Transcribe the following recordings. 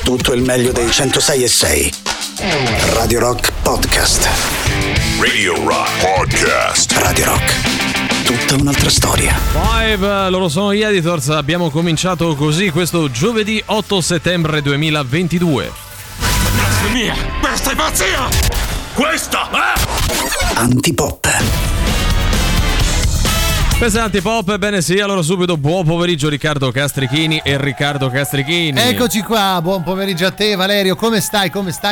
tutto il meglio dei 106.6. Radio Rock Podcast. Radio Rock Podcast. Radio Rock. Tutta un'altra storia. Five, loro sono gli Editors. Abbiamo cominciato così questo giovedì 8 settembre 2022. Mia, questa è pazzia! Questa è Antipop. Questo è Antipop, ebbene sì, allora subito buon pomeriggio Riccardo Castrichini e Riccardo Castrichini. Eccoci qua, buon pomeriggio a te Valerio, come stai?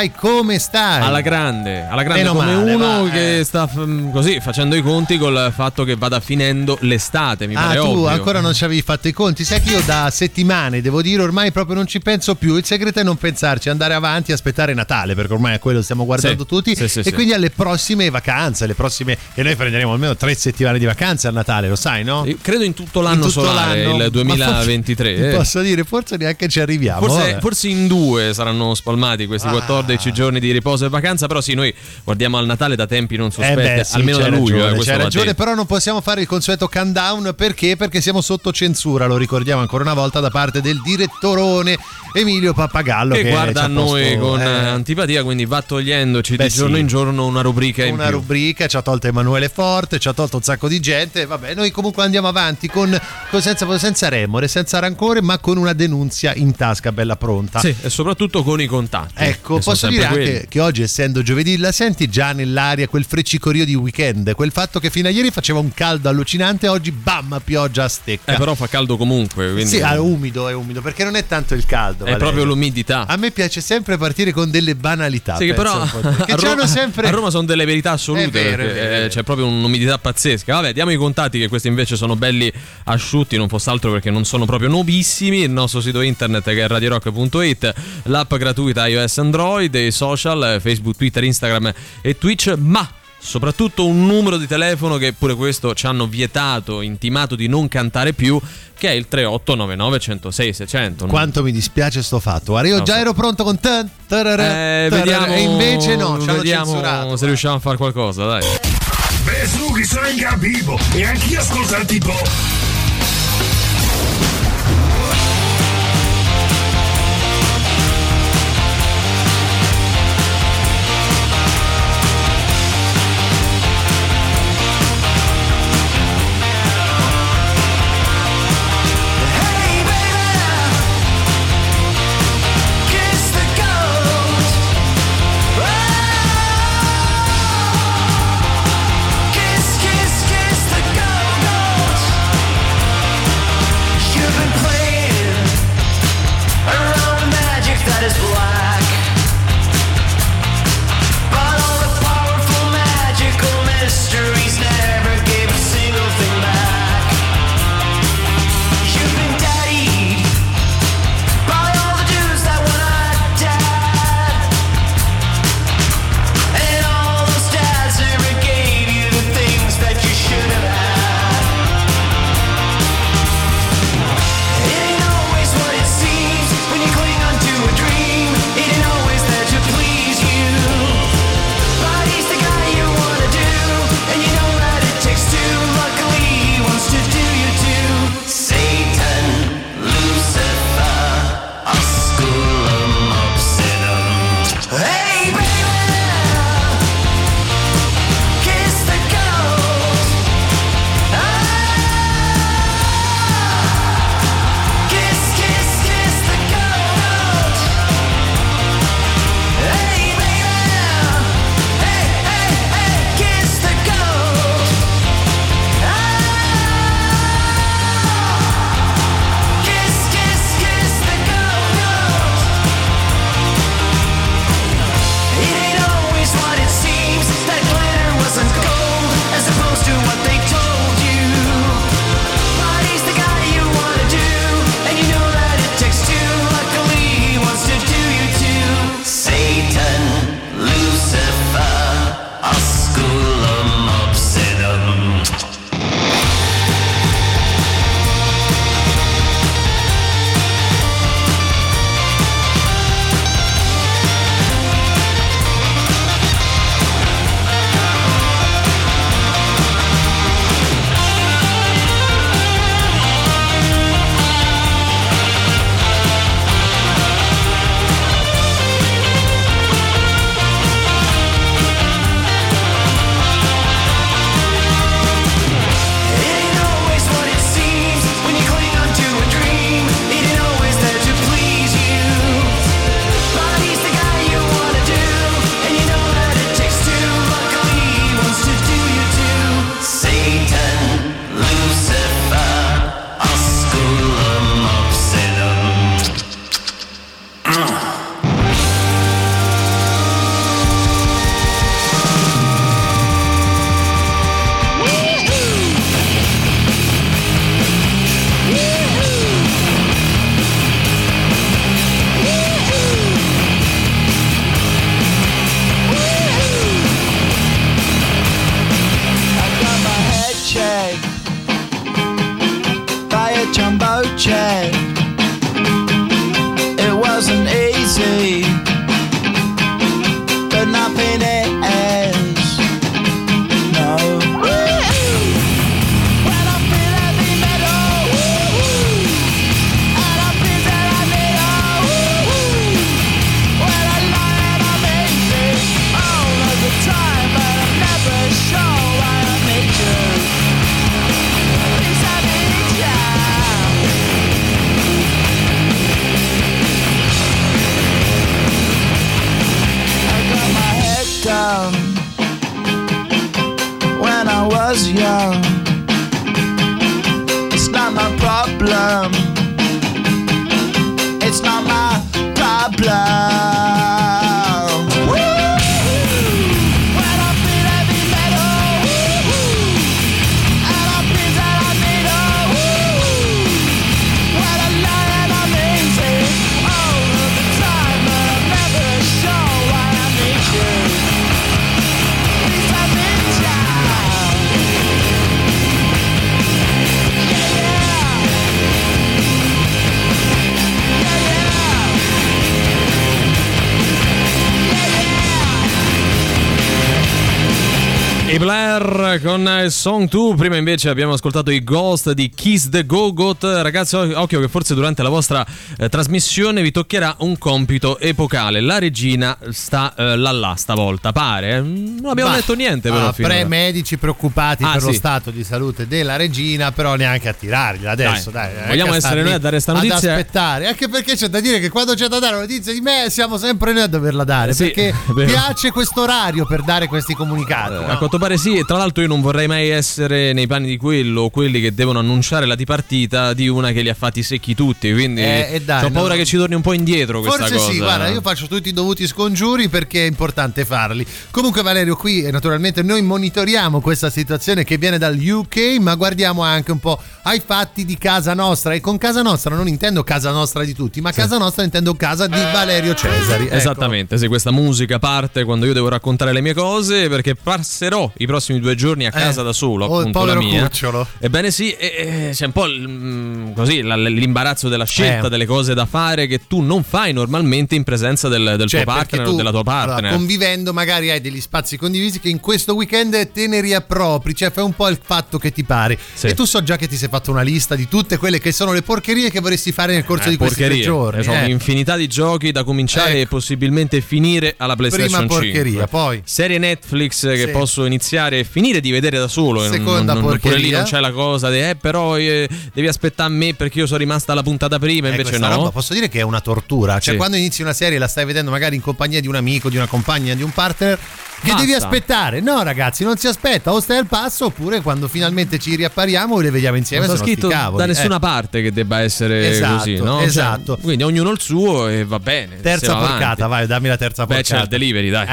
Alla grande Meno come male, uno va, che sta così facendo i conti col fatto che vada finendo l'estate, mi pare tu ovvio. ancora non ci avevi fatto i conti, sai che io da settimane, devo dire, ormai proprio non ci penso più, il segreto è non pensarci, andare avanti e aspettare Natale, perché ormai a quello stiamo guardando tutti, sì. quindi alle prossime vacanze, che noi prenderemo almeno 3 settimane di vacanze a Natale, lo sai, no? Io credo in tutto l'anno solare, il 2023. Posso dire, forse neanche ci arriviamo. Forse in 2 saranno spalmati questi 14 giorni di riposo e vacanza, però sì, noi guardiamo al Natale da tempi non sospetti, sì, almeno da luglio. C'è ragione, però non possiamo fare il consueto countdown perché siamo sotto censura, lo ricordiamo ancora una volta, da parte del direttorone Emilio Pappagallo, che guarda a noi con antipatia, quindi va togliendoci di giorno in giorno una rubrica in più. Una rubrica, ci ha tolto Emanuele Forte, ci ha tolto un sacco di gente, vabbè, noi comunque andiamo avanti senza remore, senza rancore, ma con una denunzia in tasca bella pronta. Sì, e soprattutto con i contatti. Ecco, posso dire anche che oggi, essendo giovedì, la senti già nell'aria quel freccicorio di weekend, quel fatto che fino a ieri faceva un caldo allucinante, oggi bam, pioggia a stecca. Però fa caldo comunque, quindi... Sì, è umido, perché non è tanto il caldo, è proprio l'umidità. A me piace sempre partire con delle banalità. Sì, che però sempre... a Roma sono delle verità assolute, vero. C'è proprio un'umidità pazzesca. Vabbè, diamo i contatti, che questi invece sono belli asciutti, non fosse altro perché non sono proprio nuovissimi. Il nostro sito internet, che è radiorock.it, l'app gratuita iOS Android, i social Facebook, Twitter, Instagram e Twitch, ma soprattutto un numero di telefono che pure questo ci hanno intimato di non cantare più, che è il 3899 106 600. Quanto mi dispiace sto fatto. Guarda, io già ero pronto con vediamo, e invece no, ci hanno vediamo censurato. Se riusciamo a fare qualcosa, dai. Beh, su che sono in capivo e anch'io ascolto Antipop. Kiss the go-go's. I Blair con Song 2. Prima invece abbiamo ascoltato i Ghost di Kiss the Go-Goat. Ragazzi, occhio che forse durante la vostra trasmissione vi toccherà un compito epocale. La regina sta là stavolta, pare. Non abbiamo detto niente però finora. Medici preoccupati per lo stato di salute della regina, però neanche a tirargliela adesso, dai. Vogliamo essere noi a dare sta notizia? Ad aspettare, anche perché c'è da dire che quando c'è da dare una notizia di me siamo sempre noi a doverla dare, perché piace questo orario per dare questi comunicati. A quanto pare sì, e tra l'altro io non vorrei mai essere nei panni di quello o quelli che devono annunciare la dipartita di una che li ha fatti secchi tutti, quindi ho paura che ci torni un po' indietro questa cosa. Forse sì, guarda, io faccio tutti i dovuti scongiuri perché è importante farli. Comunque Valerio, qui naturalmente noi monitoriamo questa situazione che viene dal UK, ma guardiamo anche un po' ai fatti di casa nostra, e con casa nostra non intendo casa nostra di tutti, ma casa nostra intendo casa di Valerio Cesari. Esattamente, se questa musica parte quando io devo raccontare le mie cose, perché passerò i prossimi 2 giorni a casa da solo, appunto la mia. Cucciolo. Ebbene sì, c'è un po' così l'imbarazzo della scelta delle cose da fare che tu non fai normalmente in presenza del tuo partner o della tua partner. Allora, convivendo magari hai degli spazi condivisi che in questo weekend te ne riappropri, cioè fai un po' il fatto che ti pare. E tu so già che ti sei fatto una lista di tutte quelle che sono le porcherie che vorresti fare nel corso di questi 3 giorni. Sono un'infinità di giochi da cominciare e possibilmente finire alla PlayStation 5. Prima porcheria, poi serie Netflix che posso iniziare e finire di vedere da solo. Seconda porcheria. Pure lì non c'è la cosa di però devi aspettare a me perché io sono rimasta alla puntata prima, invece no. Roba, posso dire che è una tortura. Cioè quando inizi una serie la stai vedendo magari in compagnia di un amico, di una compagna, di un partner, che devi aspettare. No ragazzi, non si aspetta, o stai al passo oppure quando finalmente ci riappariamo le vediamo insieme. Non sta scritto da nessuna parte che debba essere così, no? Esatto. Cioè, quindi ognuno il suo e va bene. Terza porcata, vai, dammi la terza porcata. C'è il delivery, dai.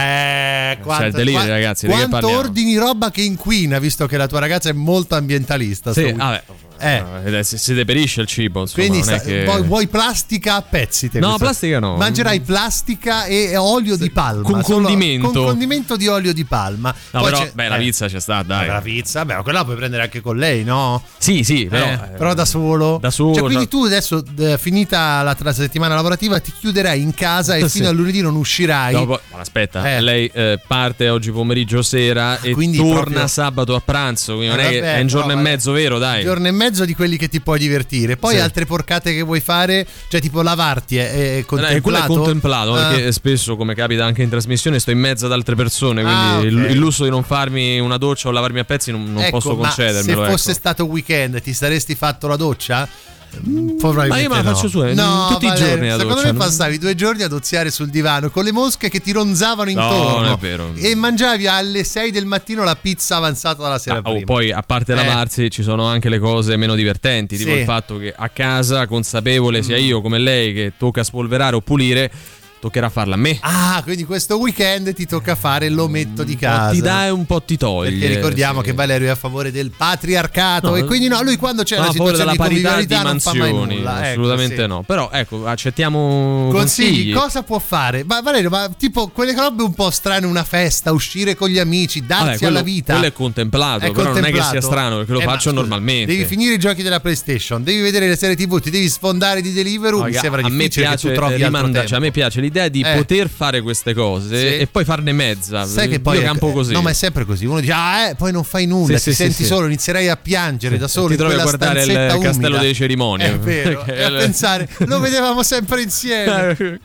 C'è il delivery, ragazzi. Quanto ordini roba che inquina, visto che la tua ragazza è molto ambientalista. Sì, vabbè. Si deperisce il cibo, insomma. Quindi non è che... vuoi plastica a pezzi? No, plastica no. Mangerai plastica e olio di palma con condimento. Con condimento di olio di palma. No, poi però la pizza c'è sta, dai. La pizza, quella la puoi prendere anche con lei, no? Sì, però da solo. Cioè, quindi tu adesso, finita la settimana lavorativa, ti chiuderai in casa e fino a lunedì non uscirai. Ma aspetta, lei parte oggi pomeriggio sera e torna proprio... sabato a pranzo, quindi non è che è un giorno e mezzo, vero? Dai. Un giorno e mezzo di quelli che ti puoi divertire. Poi altre porcate che vuoi fare, cioè tipo lavarti è contemplato? Quello è contemplato, perché spesso, come capita anche in trasmissione, sto in mezzo ad altre persone, quindi il lusso di non farmi una doccia o lavarmi a pezzi non posso concedermelo. Se fosse stato weekend ti saresti fatto la doccia? Ma io me la faccio tutti i giorni. Secondo me passavi 2 giorni ad oziare sul divano con le mosche che ti ronzavano intorno. Non è vero. E mangiavi alle 6 del mattino la pizza avanzata dalla sera prima. Poi, a parte lavarsi, ci sono anche le cose meno divertenti, tipo il fatto che a casa, consapevole sia io come lei che tocca spolverare o pulire, toccherà farla a me. Quindi questo weekend ti tocca fare l'ometto di casa. Ti dai un po', ti toglie. Perché ricordiamo che Valerio è a favore del patriarcato e quindi lui quando c'è una situazione di convivialità non fa mai nulla. Assolutamente no. Però accettiamo consigli. Cosa può fare? Valerio, tipo quelle robe un po' strane, una festa, uscire con gli amici, darsi alla vita. Quello è contemplato, però non è che sia strano perché lo faccio normalmente. Devi finire i giochi della PlayStation, devi vedere le serie TV, ti devi sfondare di Deliveroo. Mi sembra difficile che tu trovi altro tempo. A me piace l'idea di poter fare queste cose e poi farne mezza. Sai che poi io campo così. No, ma è sempre così. Uno dice poi non fai nulla, ti senti solo, inizierai a piangere da solo. Ti trovi a guardare il castello delle cerimonie. È vero. E a pensare, lo vedevamo sempre insieme.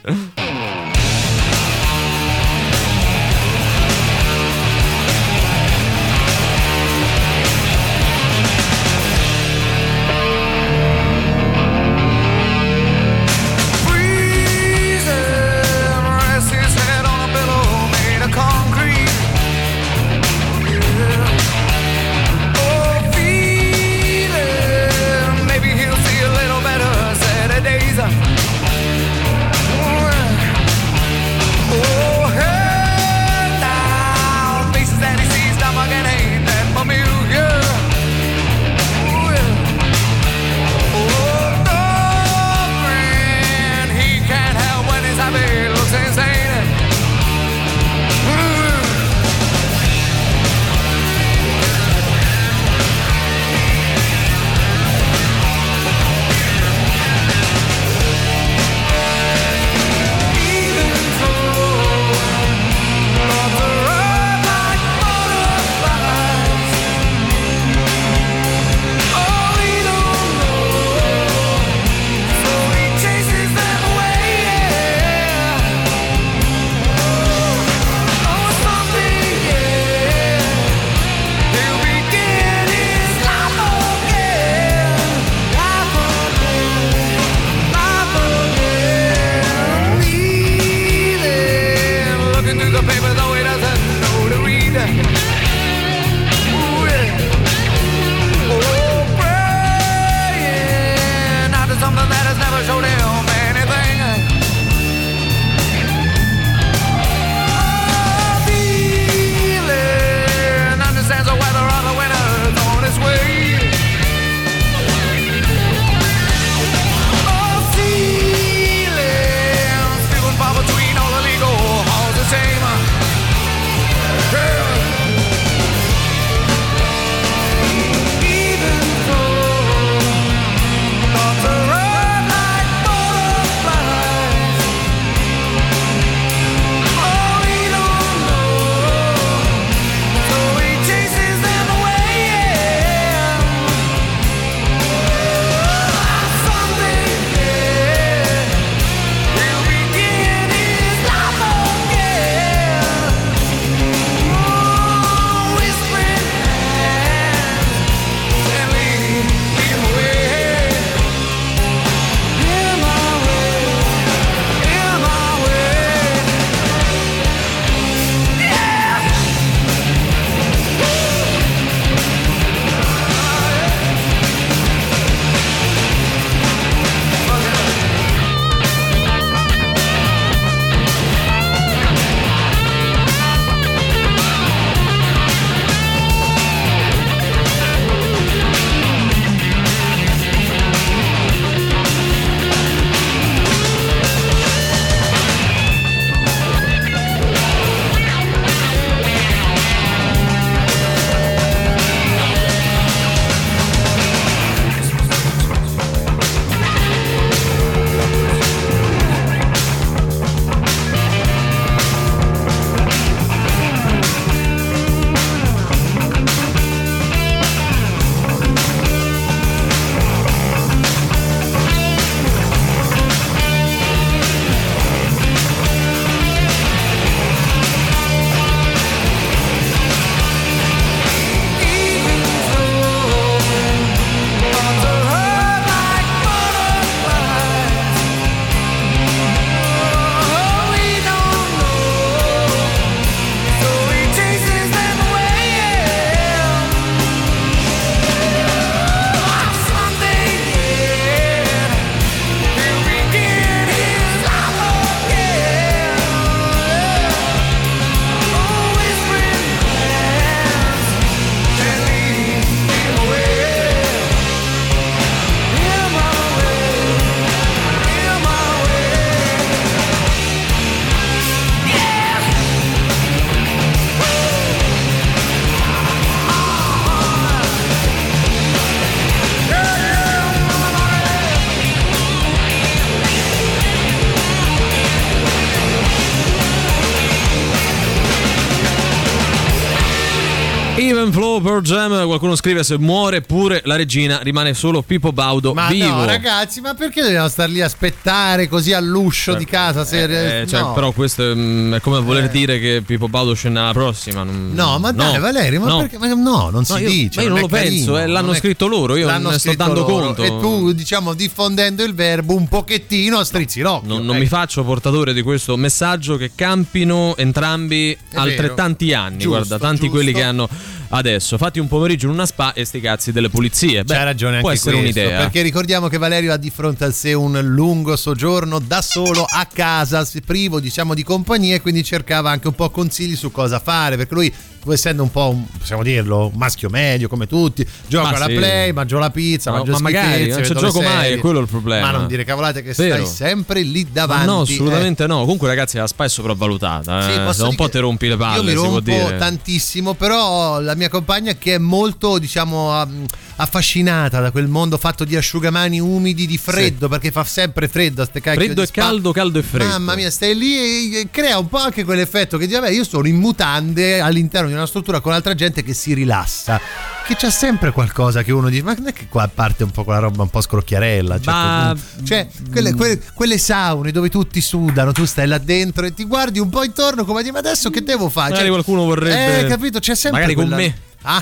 Ebb and Flow per Jam. Qualcuno scrive: se muore pure la regina rimane solo Pippo Baudo vivo. No, ragazzi, ma perché dobbiamo star lì a aspettare così all'uscio di casa? No. Però questo è come voler dire che Pippo Baudo scende alla prossima. No, ma dai, Valerio, ma perché? Ma no, non si dice. Ma io non lo penso, l'hanno scritto loro, io ne sto dando conto. E tu, diciamo, diffondendo il verbo un pochettino a strizzi l'occhio. Non mi faccio portatore di questo messaggio, che campino entrambi altrettanti anni. Giusto, guarda, tanti quelli che hanno adesso. Fatti un pomeriggio in una spa e sti cazzi delle pulizie. C'hai ragione, può anche essere questo, un'idea. perché ricordiamo che Valerio ha di fronte a sé un lungo soggiorno da solo a casa, privo, diciamo, di compagnia, e quindi cercava anche un po' consigli su cosa fare, perché lui, essendo un po' possiamo dirlo, un maschio medio come tutti, gioca alla Play, mangio la pizza, mangio magari non c'è gioco mai, è quello il problema. Ma non dire cavolate che stai sempre lì davanti. No, assolutamente no. Comunque, ragazzi, la spa è sopravvalutata. Se un po' te rompi le palle, io mi si può dire. rompo tantissimo, però la mia compagna, che è molto, diciamo, affascinata da quel mondo fatto di asciugamani umidi, di freddo, perché fa sempre freddo a ste cacchio freddo di e caldo, caldo e freddo. Mamma mia, stai lì e crea un po' anche quell'effetto che dice: vabbè, io sono in mutande all'interno di una struttura con altra gente che si rilassa, che c'è sempre qualcosa che uno dice: ma non è che qua parte un po' quella roba un po' scrocchiarella, cioè quelle saune dove tutti sudano, tu stai là dentro e ti guardi un po' intorno come dire: ma adesso che devo fare? Magari qualcuno vorrebbe, capito, c'è sempre magari con me.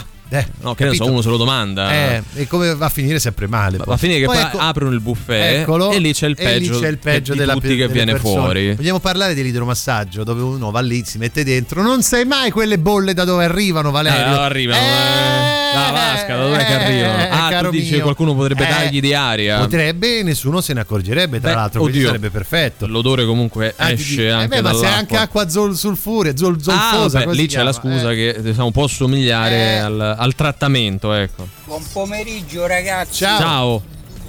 No, che ne so, uno se lo domanda. E come va a finire sempre male. Va a finire che poi aprono il buffet, e lì c'è il peggio di tutti che viene fuori. Vogliamo parlare dell'idromassaggio, dove uno va lì, si mette dentro, non sai mai quelle bolle da dove arrivano, Valerio. Arrivano. La vasca, da dov'è che arrivano? Tu dici che qualcuno potrebbe dargli di aria. Potrebbe, nessuno se ne accorgerebbe, tra l'altro, quindi sarebbe perfetto. L'odore comunque esce anche dall'acqua. Ma se anche acqua sulfurea, zolfosa, lì c'è la scusa che può somigliare al trattamento, ecco. Buon pomeriggio, ragazzi. Ciao.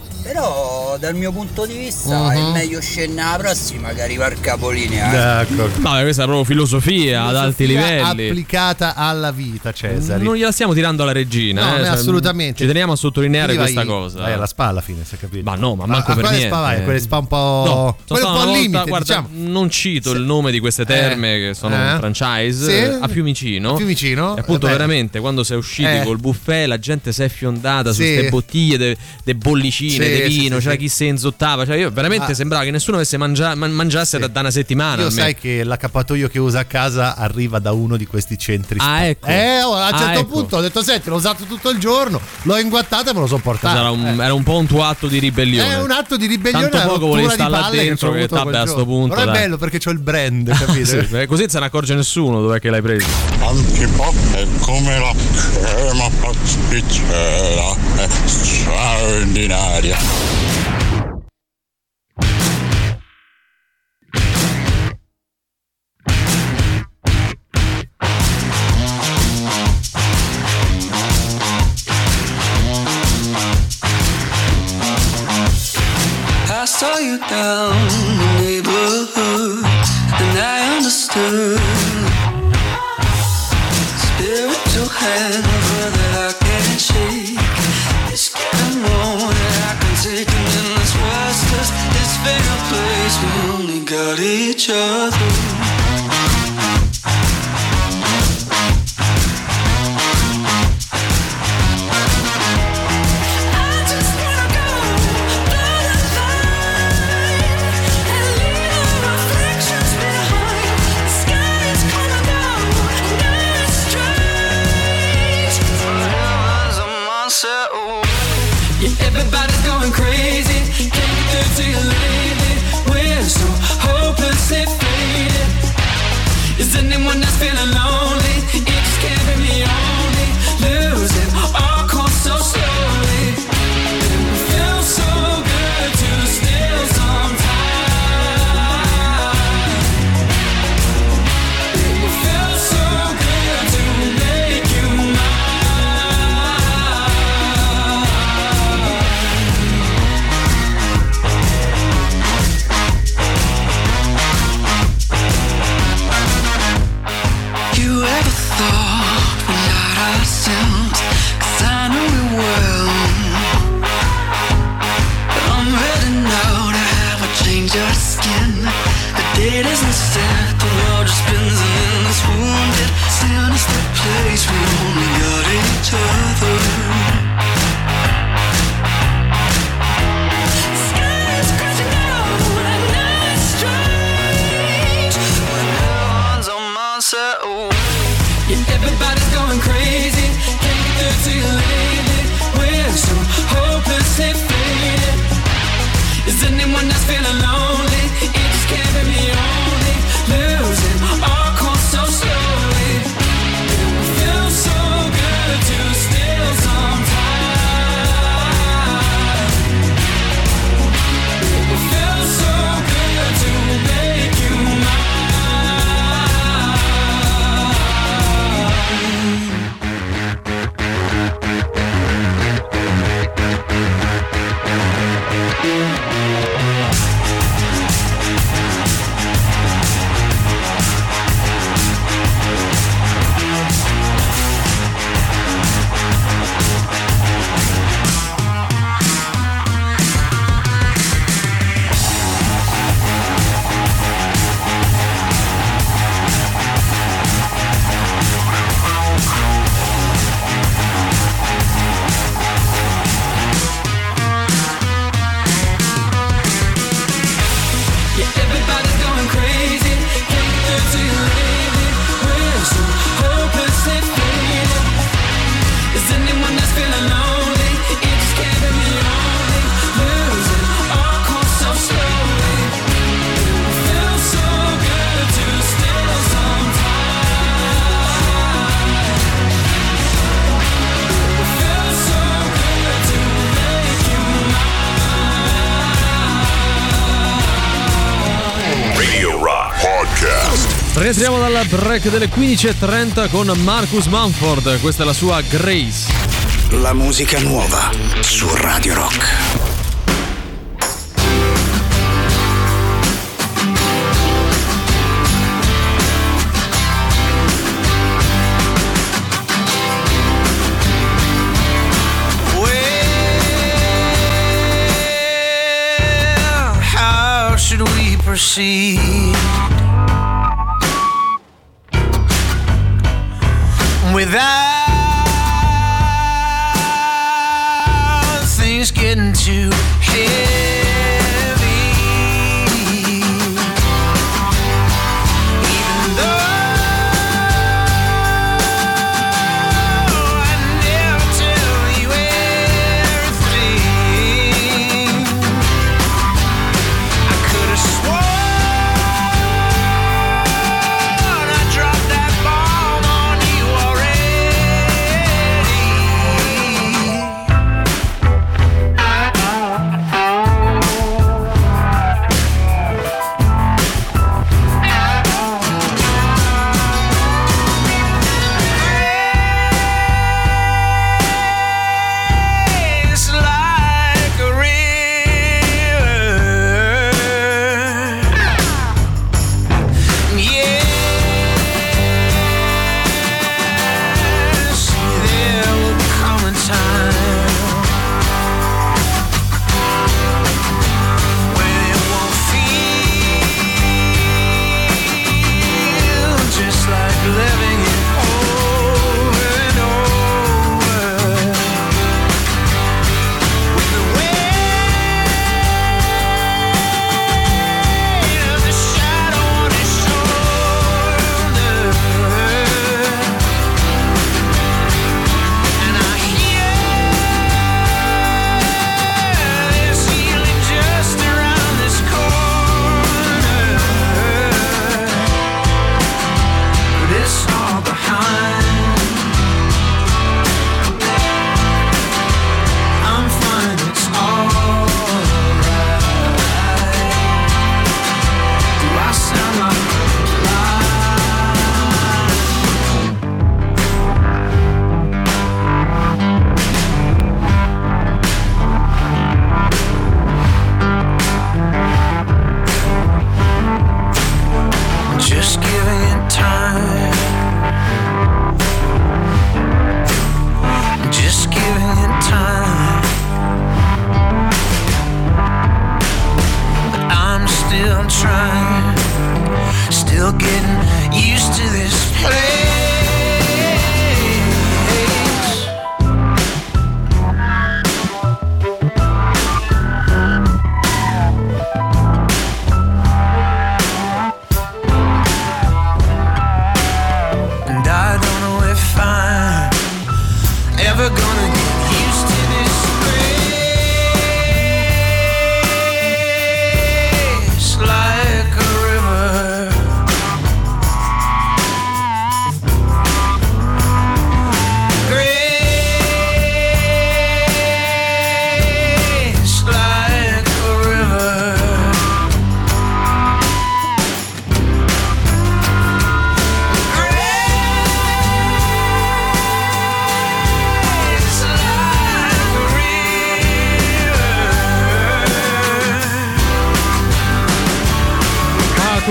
Però dal mio punto di vista è meglio scendere alla prossima che arrivare al capolinea. No, questa è proprio filosofia ad alti livelli, applicata alla vita, Cesare. Non gliela stiamo tirando alla regina, assolutamente. Ci teniamo a sottolineare questa cosa. Vai alla spa alla fine, si è capito. Ma no, ma manco per niente. Quelle spa un po', quelle un po' al limite, guarda, diciamo. Non cito il nome di queste terme che sono un franchise a Fiumicino. E appunto veramente quando sei usciti col buffet la gente si è fiondata su queste bottiglie de bollicine, di vino, c'era chi si inzottava, cioè io veramente sembrava che nessuno avesse mangiasse da una settimana. Io sai che l'accappatoio che usa a casa arriva da uno di questi centri spa. Ecco. A un certo punto ho detto: senti, l'ho usato tutto il giorno, l'ho inguattata e me lo so portato. Era un po' un tuo atto di ribellione. È un atto di ribellione. Tanto poco volevi stare là dentro che vabbè, a sto punto. Però è bello perché c'ho il brand, capito? Così non se ne accorge nessuno dov'è che l'hai preso. Antipop è come la crema pasticcera, è straordinaria. I saw you down the neighborhood and I understood. Spiritual hand that I can't shake. It's getting more than I can take. And in this restless, this fair place, we only got each other. Everybody's going crazy, can't get through to you lately. We're so hopelessly faded. Is anyone else feeling lonely? It just can't be me only. Losing all course so slowly. It feels so good to steal some time. It feels so good to make you mine. You ever thought we lied ourselves? 'Cause I know we will. But I'm ready now to have a change of skin. The date isn't set, the world just spins, and in this wounded town is the place we only got each other. Sky is crashing down and night is strange when no one's on my side. Oh. Yeah, everybody's going crazy. Can't get through to you lately. We're so hopelessly faded. Is anyone else feeling lonely? It just can't be me only. Losing our course so slowly. It feels so good to steal some time. It feels so good to make you mine. Rientriamo dal break delle 15:30 con Marcus Mumford, questa è la sua Grace. La musica nuova su Radio Rock. Well, how should we proceed without things getting too heavy? Even though I never tell you everything, I could have sworn I dropped that bomb on you It's like a river. Yes, there will come a time when it won't feel just like living it over and over. With the weight of the shadow on his shoulder, and I hear there's healing just around this corner. This all behind, I'm fine, it's alright. Do I sound like a lie? Just giving it time. Just giving it time. But I'm still trying, still getting used to this place.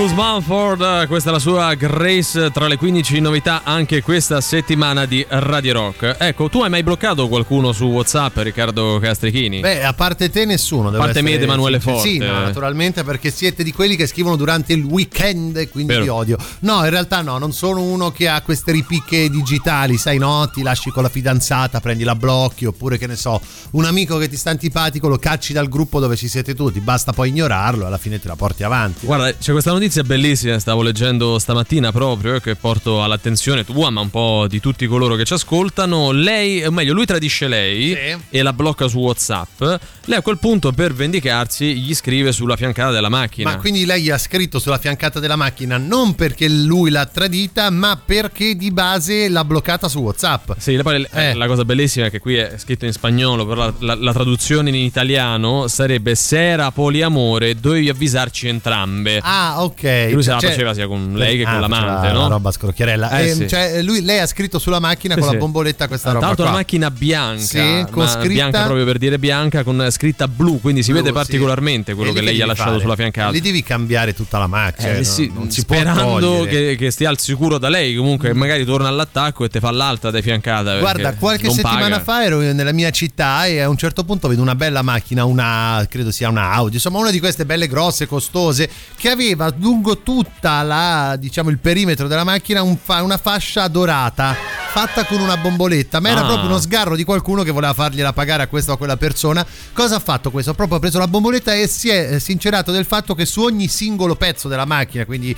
Marcus Mumford, questa è la sua Grace, tra le 15 novità anche questa settimana di Radio Rock. Ecco, tu hai mai bloccato qualcuno su WhatsApp, Riccardo Castrichini? Beh, a parte te nessuno. A parte me ed Emanuele Forte. Sì, no, naturalmente, perché siete di quelli che scrivono durante il weekend e quindi vi odio. No, in realtà no, non sono uno che ha queste ripicche digitali, sai, no? Ti lasci con la fidanzata, prendi la blocchi, oppure che ne so, un amico che ti sta antipatico lo cacci dal gruppo dove ci siete tutti, basta poi ignorarlo e alla fine te la porti avanti. Guarda, c'è questa notizia bellissima, stavo leggendo stamattina proprio, che porto all'attenzione tua, ma un po' di tutti coloro che ci ascoltano. Lei, o meglio, lui tradisce lei, sì, e la blocca su WhatsApp. Lei a quel punto, per vendicarsi, gli scrive sulla fiancata della macchina. Ma quindi lei ha scritto sulla fiancata della macchina non perché lui l'ha tradita, ma perché di base l'ha bloccata su WhatsApp. Sì, poi la cosa bellissima è che qui è scritto in spagnolo, però la traduzione in italiano sarebbe: se era poliamore dovevi avvisarci entrambe. Ah, ok. E lui se la faceva sia con lei che con l'amante, no? Una roba scrocchiarella. Sì. Cioè, lei ha scritto sulla macchina con la bomboletta questa roba. Tra l'altro qua. La macchina bianca, sì, con scritta... bianca proprio per dire bianca, con scritta blu, quindi si vede particolarmente quello che lei gli ha lasciato sulla fiancata. Lì devi cambiare tutta la macchina, sì, non si sperando può che stia al sicuro da lei, comunque magari torna all'attacco e te fa l'altra dai fiancata. Guarda, qualche settimana fa ero nella mia città e a un certo punto vedo una bella macchina, credo sia una Audi, insomma una di queste belle grosse, costose, che aveva lungo tutta la, diciamo, il perimetro della macchina una fascia dorata fatta con una bomboletta, ma era proprio uno sgarro di qualcuno che voleva fargliela pagare a questa o a quella persona. Cosa ha fatto questo? Proprio ha preso la bomboletta e si è sincerato del fatto che su ogni singolo pezzo della macchina, quindi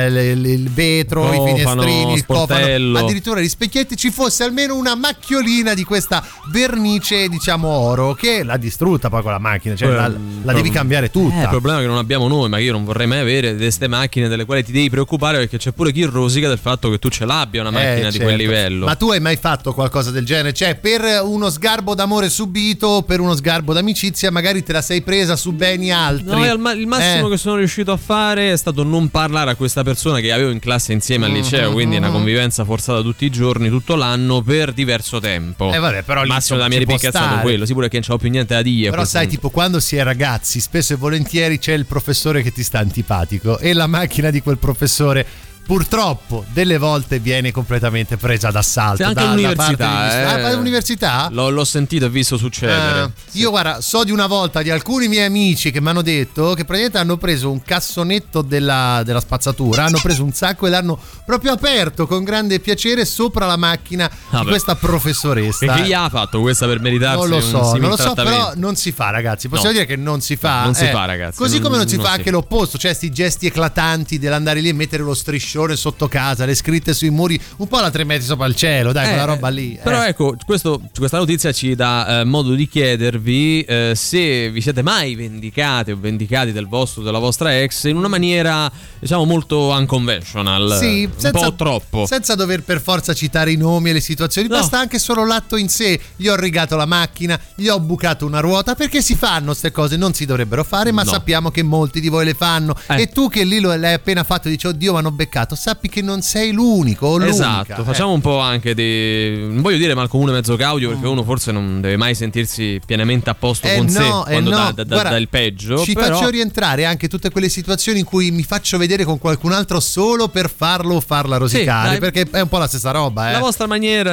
il vetro, i finestrini, il cofano, addirittura gli specchietti, ci fosse almeno una macchiolina di questa vernice, diciamo oro, che l'ha distrutta poi con la macchina, cioè la devi cambiare tutta. Il problema è che non abbiamo noi, ma io non vorrei mai avere queste macchine delle quali ti devi preoccupare, perché c'è pure chi rosica del fatto che tu ce l'abbia una macchina di quel livello. Ma tu hai mai fatto qualcosa del genere? Cioè, per uno sgarbo d'amore subito, per uno sgarbo d'amicizia, magari te la sei presa su beni altri? No, il massimo che sono riuscito a fare è stato non parlare a questa persona che avevo in classe insieme al liceo, quindi una convivenza forzata tutti i giorni, tutto l'anno, per diverso tempo. Vabbè, però il massimo della mia ripicca è stato quello, sì, pure che non c'avevo più niente da dire. Però sai, tipo, quando si è ragazzi, spesso e volentieri c'è il professore che ti sta antipatico e la macchina di quel professore purtroppo delle volte viene completamente presa d'assalto. Anche all'università. All'università? L'ho sentito e visto succedere. Io guarda, so di una volta di alcuni miei amici che mi hanno detto che praticamente hanno preso un cassonetto della spazzatura, hanno preso un sacco e l'hanno proprio aperto con grande piacere sopra la macchina di questa professoressa. E chi gli ha fatto questa per meritarsi? Non lo so, però non si fa, ragazzi. Possiamo dire che non si fa. Non si fa, ragazzi. Così come non si fa anche l'opposto, cioè sti gesti eclatanti dell'andare lì e mettere lo striscione sotto casa, le scritte sui muri, un po' la 3 metri sopra il cielo, dai, quella roba lì. Però ecco, questa notizia ci dà modo di chiedervi se vi siete mai vendicate o vendicati della vostra ex in una maniera, diciamo, molto unconventional. Sì, un po' troppo. Senza dover per forza citare i nomi e le situazioni, basta anche solo l'atto in sé. Gli ho rigato la macchina, gli ho bucato una ruota, perché si fanno queste cose, non si dovrebbero fare, ma sappiamo che molti di voi le fanno. E tu che lì l'hai appena fatto e dici oddio mi hanno beccato, sappi che non sei l'unico o l'unica. Esatto, facciamo un po' anche non voglio dire mal comune mezzo caudio, perché uno forse non deve mai sentirsi pienamente a posto con sé quando dà il peggio. Ci faccio rientrare anche tutte quelle situazioni in cui mi faccio vedere con qualcun altro solo per farlo o farla rosicare, perché è un po' la stessa roba. La vostra maniera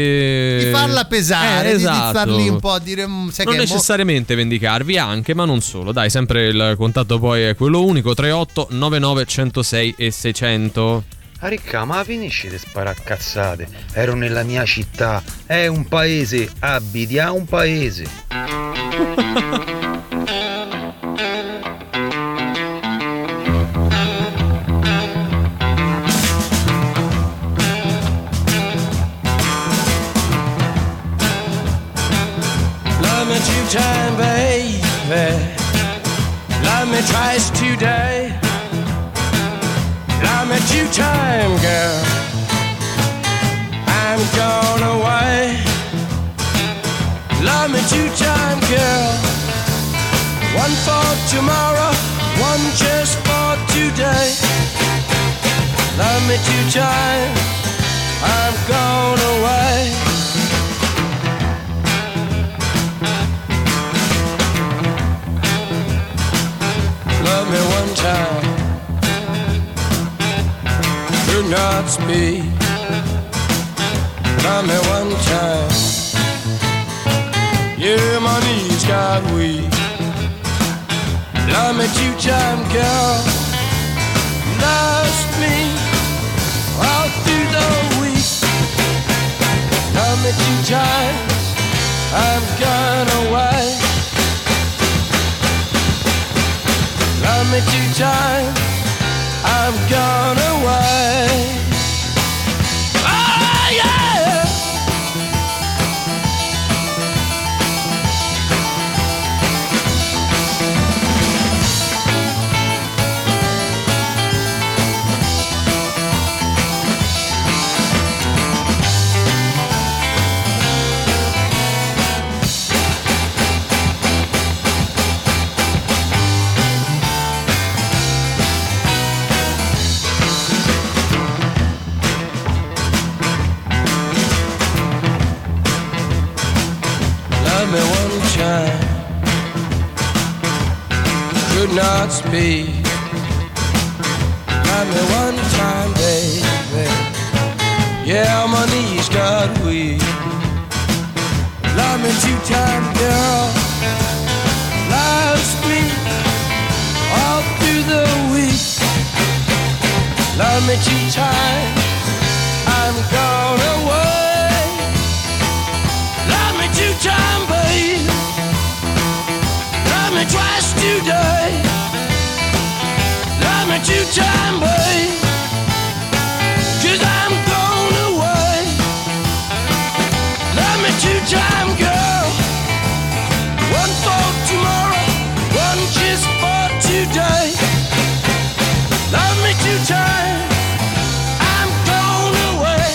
di farla pesare, esatto. di starli un po' a dire sai non che necessariamente vendicarvi anche, ma non solo. Dai, sempre il contatto poi è quello unico, 38 99 106 e 600. Ricca, ma finisci di sparare a cazzate. Ero nella mia città, è un paese, abiti a un paese. Love me 2 times, baby. Love me twice today. Love me 2 times, girl. I'm gone away. Love me 2 times, girl. One for tomorrow, one just for today. Love me 2 times. I'm gone away. Love me 1 time. could not speak. Love me one time. Yeah, my knees got weak. Love me two-time, girl. Lost me all through the week. Love me 2 times, I've gone away. Love me 2 times, I've gone away. Oh yeah. Me one time, could not speak. Love me one time, baby. Yeah, my knees got weak. Love me 2 times, girl. Lost me all through the week. Love me 2 times, I'm gone away. Love me 2 times, babe. Love me twice today. Love me 2 times, babe. 'Cause I'm gone away. Love me 2 times, girl. One for tomorrow, one just for today. Love me 2 times, I'm gone away.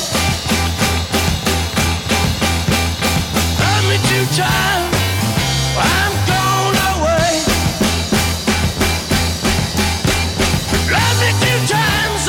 Love me 2 times, I'm gone away. Love me 2 times,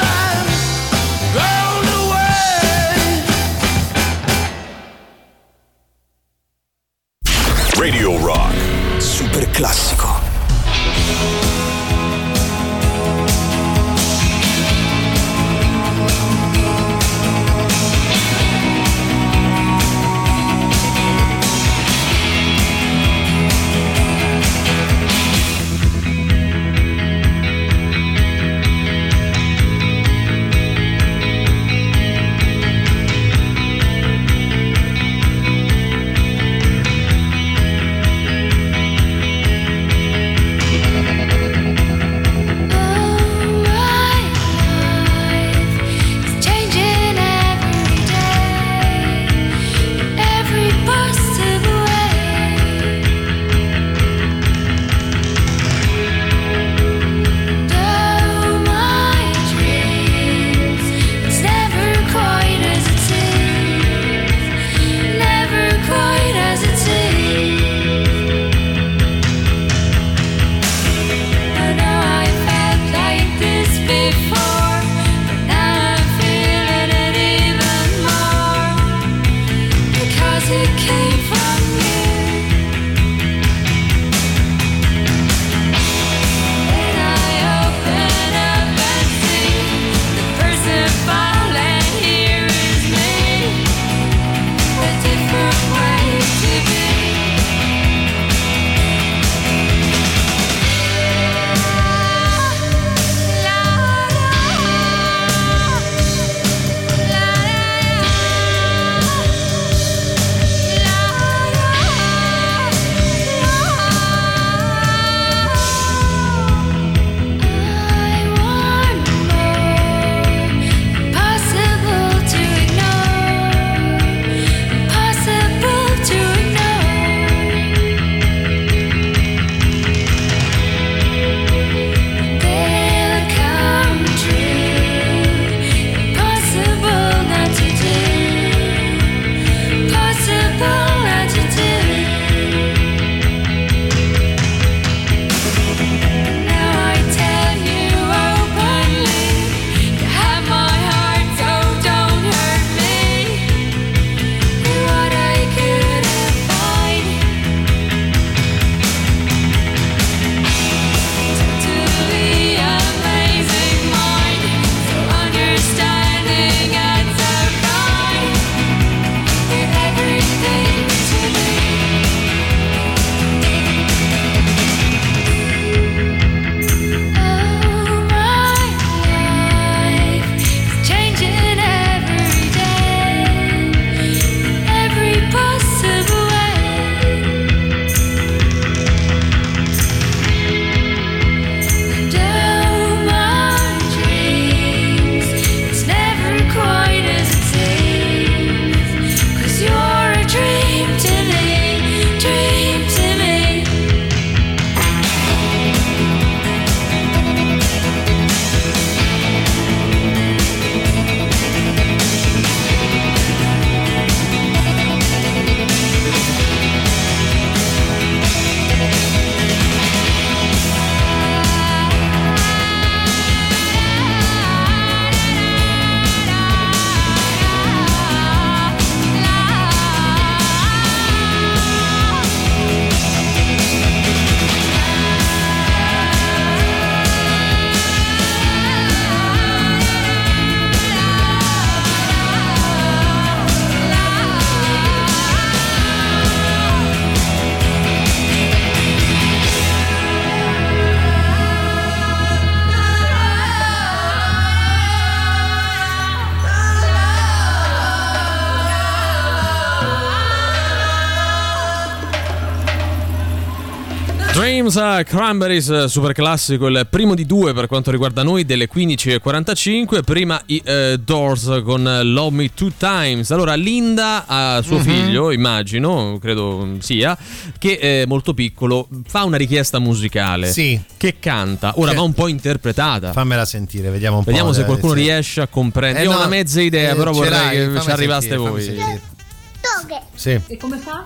Bones Cranberries, super classico, il primo di due per quanto riguarda noi, delle 15:45. Prima i Doors con Love Me Two Times. Allora Linda ha suo figlio, immagino, credo sia, che è molto piccolo, fa una richiesta musicale. Sì. Che canta. Ora va un po' interpretata. Fammela sentire, vediamo un po'. Vediamo se qualcuno sì. riesce a comprendere. Io ho no, una mezza idea, però ce vorrei l'hai, che fammi ci arrivaste sentire, voi. fammi sentire. Toghe. Sì. E come fa?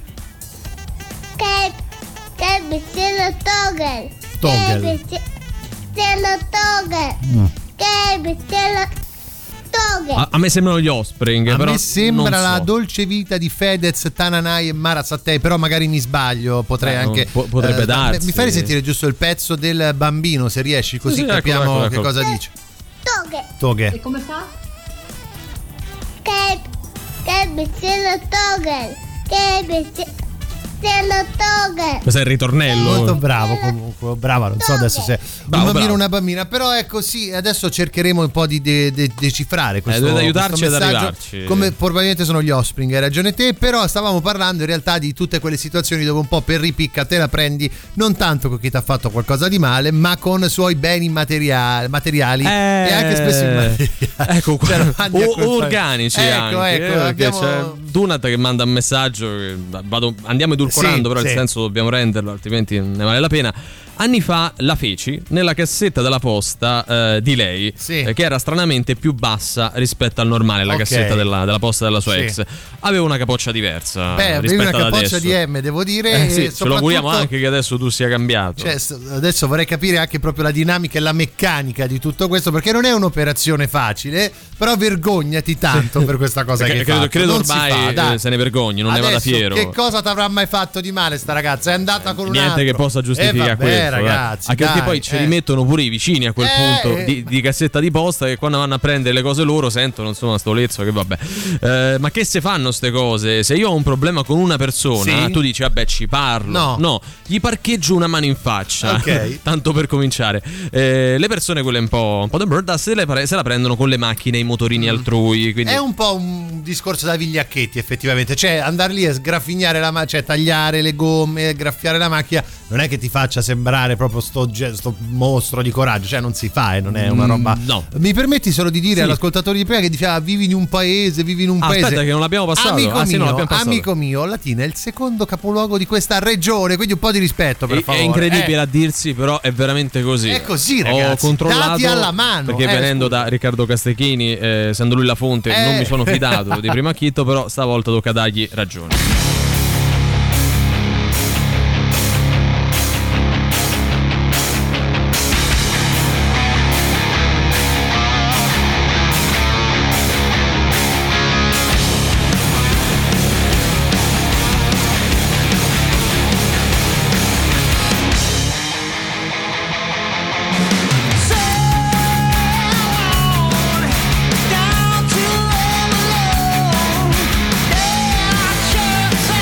Che vicino Toghe. Toggle. Che vicino Toghe. Che vicino Toghe. A me sembrano gli Offspring. A però me sembra non so. La dolce vita di Fedez, Tananai e Mara Sattei, però magari mi sbaglio, potrei anche potrebbe darsi. Mi fai risentire giusto il pezzo del bambino, se riesci, così Sì, capiamo ecco. che cosa dice. Toghe. Toghe. E come fa? Che vicino Toghe. Che vicino Toghe. Questo è il ritornello. Molto bravo comunque, brava, non so adesso se Bravo, un bambino bravo. o una bambina, però ecco sì, adesso cercheremo un po' di decifrare questo, dovete aiutarci questo ad messaggio, arrivarci. come probabilmente sono gli Offspring, hai ragione te, però stavamo parlando in realtà di tutte quelle situazioni dove un po' per ripicca te la prendi non tanto con chi ti ha fatto qualcosa di male, ma con suoi beni materiali e anche spesso immateriali. Ecco, Cioè, lo mandi a quel organici ecco, anche, ecco, perché abbiamo... c'è Dunat che manda un messaggio che andiamo edulcorando, Sì, però sì. nel senso dobbiamo renderlo, altrimenti ne vale la pena. Anni fa la feci nella cassetta della posta di lei, Sì. che era stranamente più bassa rispetto al normale, la Ok. cassetta della posta della sua Sì. ex. Aveva una capoccia diversa Beh, avevi rispetto una ad capoccia adesso. di M, devo dire, Sì, e ce lo auguriamo soprattutto- anche che adesso tu sia cambiato. Cioè, adesso vorrei capire anche proprio la dinamica e la meccanica di tutto questo, perché non è un'operazione facile, però vergognati tanto per questa cosa che hai fatto. credo Non si ormai fa, dai. se ne vergogni, non ne vada Adesso, fiero. Che cosa ti avrà mai fatto di male sta ragazza? È andata con un Niente altro. che possa giustificare vabbè, questo, ragazzi, anche perché dai, poi ci rimettono pure i vicini a quel punto eh. di cassetta di posta, che quando vanno a prendere le cose loro sentono insomma sto lezzo che vabbè. Ma che se fanno ste cose? Se io ho un problema con una persona, Sì. tu dici vabbè ci parlo, No. gli parcheggio una mano in faccia. Ok. Tanto per cominciare. Le persone quelle un po' da bird se la prendono con le macchine e i motorini altrui, quindi È un po' un discorso da vigliacchetti, effettivamente. Cioè, andare lì e sgraffignare la macchina, cioè tagliare le gomme, graffiare la macchina, non è che ti faccia sembrare proprio sto mostro di coraggio. Cioè, non si fa, non è una roba. no. Mi permetti solo di dire Sì. all'ascoltatore di prima che diceva vivi in un paese, aspetta che non l'abbiamo passato. Amico Sì, non l'abbiamo passato. amico mio, Latina è il secondo capoluogo di questa regione, quindi un po' di rispetto, per favore. È incredibile a dirsi, però è veramente così. È così, ragazzi. Ho controllato Dati alla mano. perché venendo scusa. da Riccardo Castechini, essendo lui la fonte, non mi sono fidato di primo acchito, però stavolta tocca dargli ragione. Down to all alone. Yeah, I just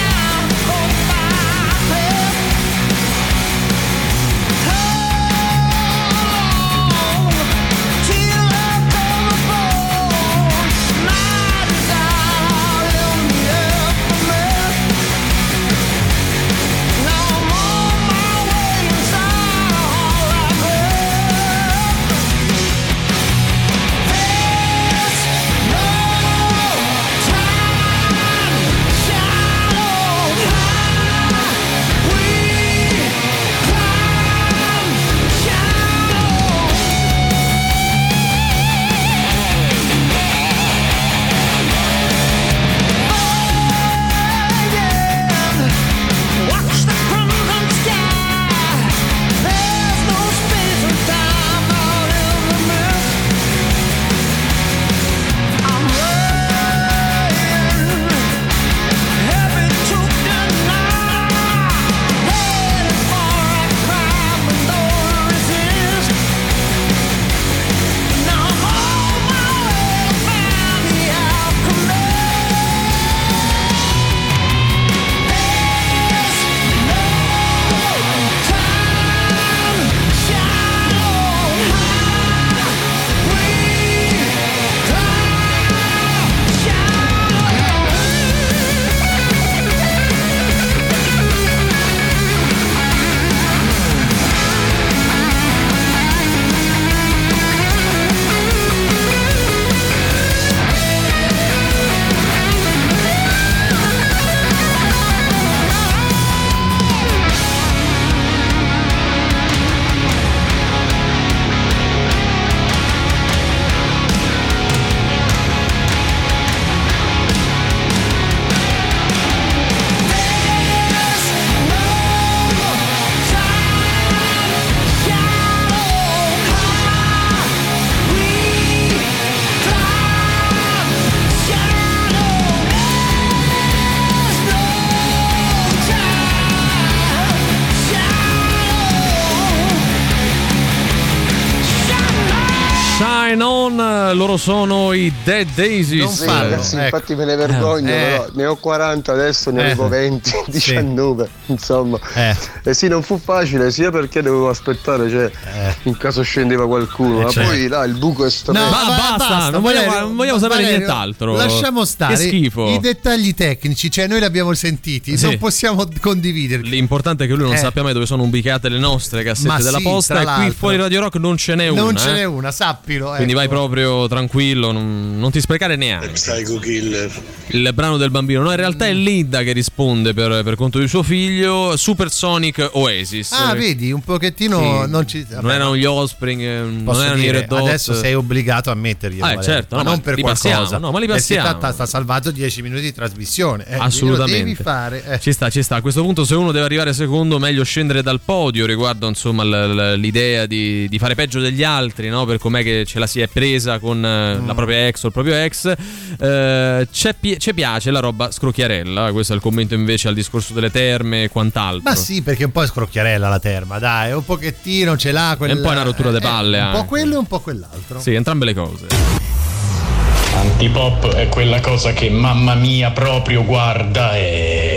on, loro sono i Dead Daisies. Non Sì, fallo, ragazzi, ecco. infatti me ne vergogno, però ne ho 40 adesso, ne avevo 20, 19, insomma. E sì, non fu facile, sia perché dovevo aspettare, cioè, in caso scendeva qualcuno, ma certo. poi là il buco è stato. No, basta, non vogliamo sapere Valerio, nient'altro. Lasciamo stare Che schifo. i dettagli tecnici, cioè noi li abbiamo sentiti, Sì. non possiamo condividerli. L'importante è che lui non sappia mai dove sono ubicate le nostre cassette Ma della sì, posta, tra e qui l'altro. fuori Radio Rock non ce n'è una. Non ce n'è una, sappilo. Quindi ecco. vai proprio tranquillo, non ti sprecare neanche. Psycho Killer. Il brano del bambino, no, in realtà è Linda che risponde per conto di suo figlio. Supersonic Oasis. Ah, vedi, un pochettino Sì. non ci Non erano gli Offspring, non posso erano i dire, Red Hot. adesso sei obbligato a metterli, certo, no, ma non ma per li qualcosa. passiamo, no, ma li passiamo. Sta salvato 10 minuti di trasmissione. Assolutamente. Lo devi fare. Ci sta. A questo punto, se uno deve arrivare secondo, meglio scendere dal podio riguardo insomma l'idea di fare peggio degli altri, no? Per com'è che ce la si è presa con la propria ex o il proprio ex. Ci piace la roba scrocchiarella. Questo è il commento invece al discorso delle terme e quant'altro. Ma sì, perché un po' è scrocchiarella la terma, dai, un pochettino ce l'ha quella. È un po' una rottura de palle un po' anche. quello e un po' quell'altro. Sì, entrambe le cose. Antipop è quella cosa che mamma mia proprio guarda e...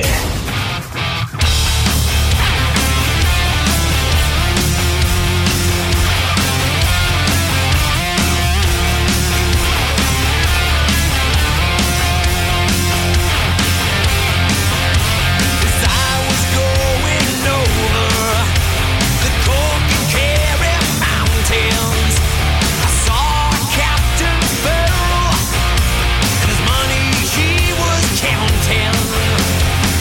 Money he was counting.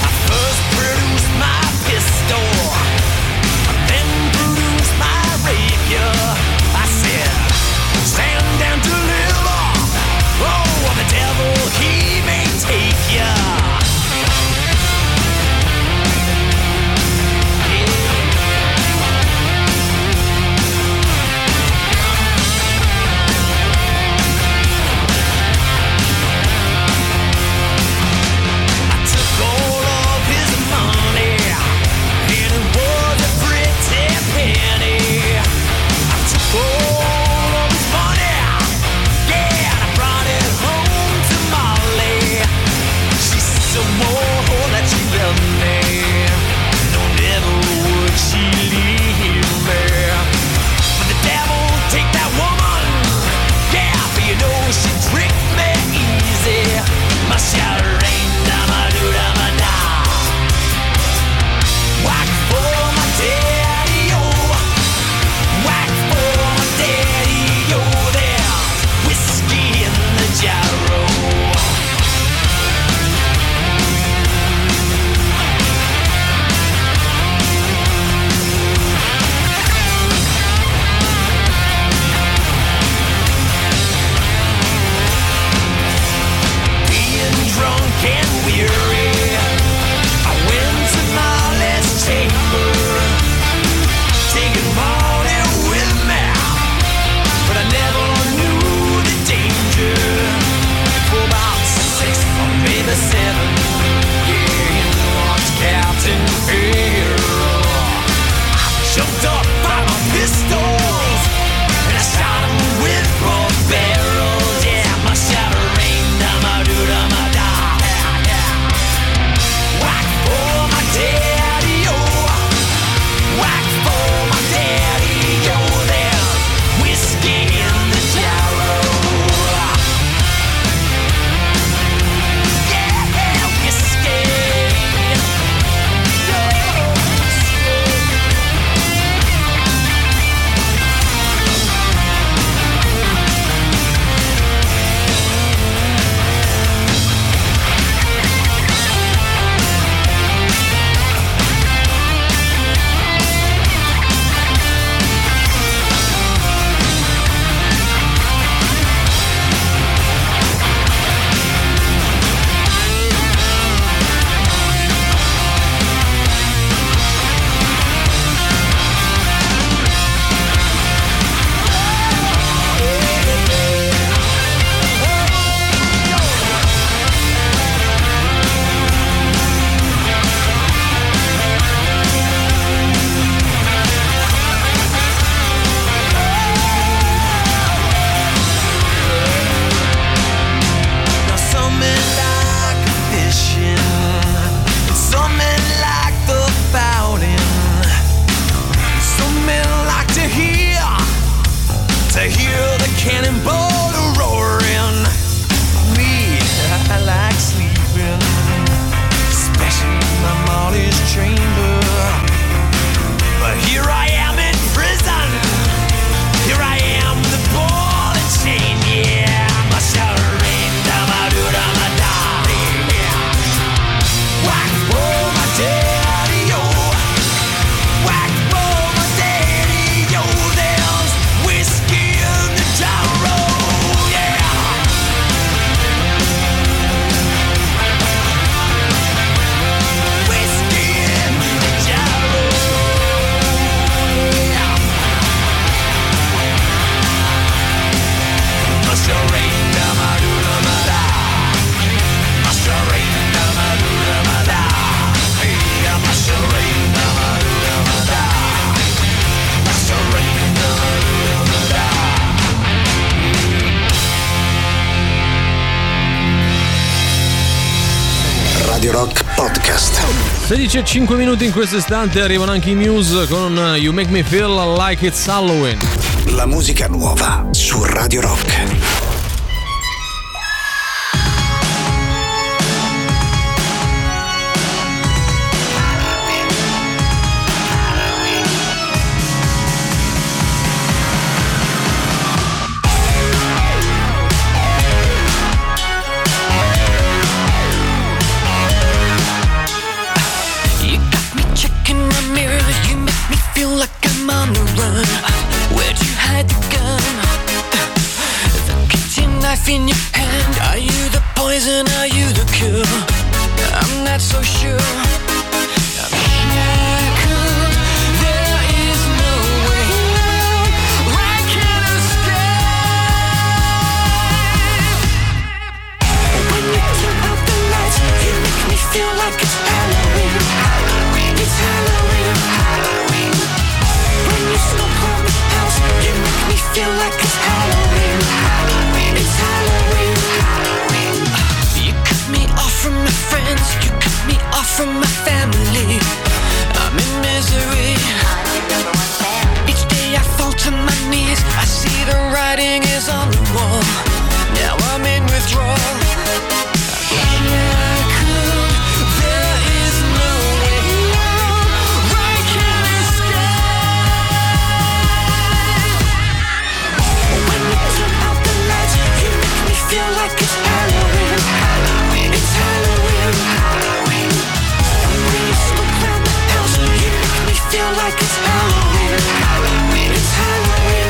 Radio Rock Podcast. 16:05 in questo istante arrivano anche i Muse con You Make Me Feel Like It's Halloween. La musica nuova su Radio Rock. On the run, where'd you hide the gun? The kitchen knife in your hand. Are you the poison? Are you the cure? I'm not so sure. I'm shackled. There is no way out. I can't escape. When you turn out the lights, you make me feel like it's Halloween. It's Halloween. When you smoke on the house, you make me feel like it's Halloween. It's Halloween. You cut me off from my friends, you cut me off from my family. I'm in misery. Each day I fall to my knees, I see the writing is on the wall. Now I'm in withdrawal. There is no way out. I can't escape. When you turn out the lights, you make me feel like it's Halloween. It's Halloween. When you smoke around the house, you make me feel like it's Halloween. It's Halloween.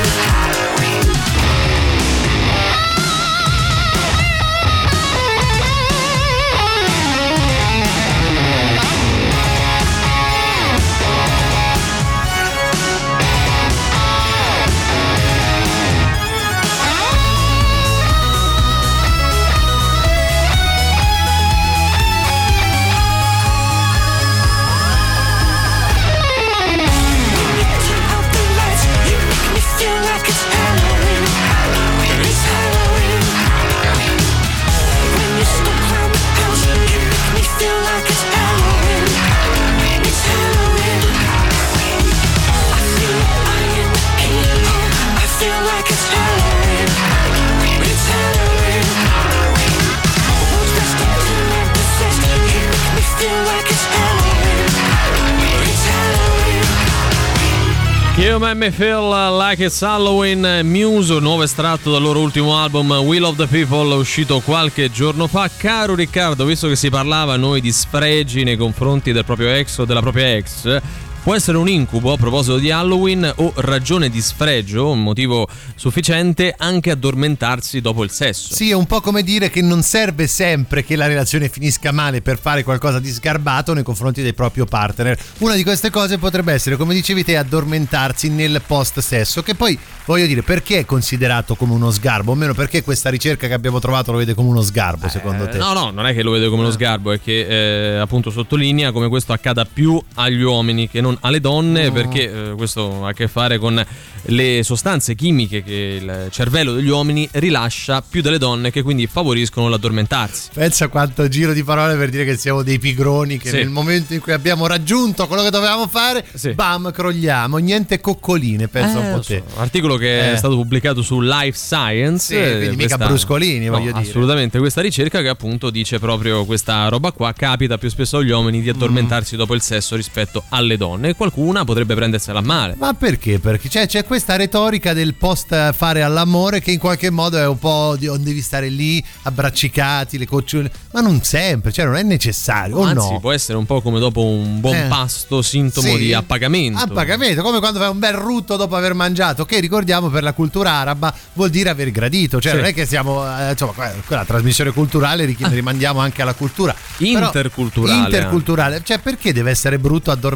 You Make Me Feel Like It's Halloween, Muse, nuovo estratto dal loro ultimo album Will of the People, uscito qualche giorno fa. Caro Riccardo, visto che si parlava a noi di sfregi nei confronti del proprio ex o della propria ex, può essere un incubo, a proposito di Halloween, o ragione di sfregio, un motivo sufficiente anche addormentarsi dopo il sesso? Sì, è un po' come dire che non serve sempre che la relazione finisca male per fare qualcosa di sgarbato nei confronti del proprio partner. Una di queste cose potrebbe essere, come dicevi te, addormentarsi nel post sesso, che poi, voglio dire, perché è considerato come uno sgarbo? O meno perché questa ricerca che abbiamo trovato lo vede come uno sgarbo, secondo te? No, non è che lo vede come uno sgarbo, è che appunto sottolinea come questo accada più agli uomini che non alle donne, perché questo ha a che fare con le sostanze chimiche che il cervello degli uomini rilascia più delle donne, che quindi favoriscono l'addormentarsi. Pensa quanto giro di parole per dire che siamo dei pigroni, che nel momento in cui abbiamo raggiunto quello che dovevamo fare, bam, crolliamo, niente coccoline, pensa un po' te. Articolo che è stato pubblicato su Life Science, quindi mica bruscolini, voglio dire. Assolutamente, questa ricerca che appunto dice proprio questa roba qua: capita più spesso agli uomini di addormentarsi dopo il sesso rispetto alle donne, e qualcuna potrebbe prendersela a male. Ma perché? Perché c'è questa retorica del post fare all'amore che in qualche modo è un po' di devi stare lì abbraccicati, le cocciole, ma non sempre, cioè non è necessario. Anzi, no? Può essere un po' come dopo un buon pasto, sintomo di appagamento. Appagamento, come quando fai un bel rutto dopo aver mangiato, che ricordiamo per la cultura araba vuol dire aver gradito, cioè non è che siamo insomma, quella trasmissione culturale rimandiamo anche alla cultura interculturale, cioè perché deve essere brutto addormentarsi?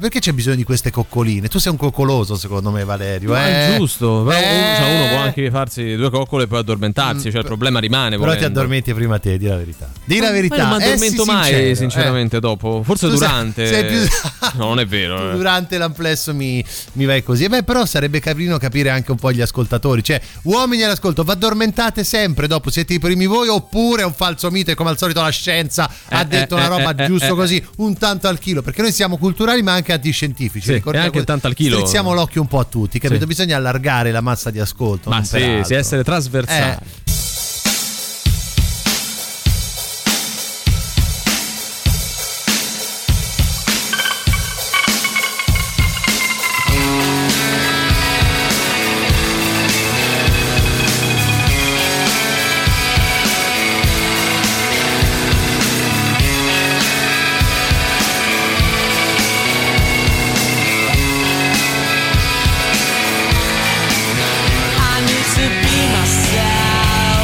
perché c'è bisogno di queste coccoline? Tu sei un coccoloso secondo me, Valerio. Ma giusto, però uno può anche farsi 2 coccole e poi addormentarsi, cioè il problema rimane. Però ti addormenti prima te, di la verità. Di la verità. Non mi addormento mai, sincero, sinceramente, dopo. Forse tu durante. Sei più... No, non è vero. Durante l'amplesso mi vai così. Però sarebbe carino capire anche un po' gli ascoltatori. Cioè, uomini all'ascolto, vi addormentate sempre dopo? Siete i primi voi oppure è un falso mito e come al solito la scienza ha detto una roba giusto così, un tanto al chilo? Perché noi siamo culturali ma anche antiscientifici. Sì, e anche tanto al chilo. Strizziamo l'occhio un po' a tutti, capito? Sì. Bisogna allargare la massa di ascolto. Ma sì, essere trasversali. I need to be myself.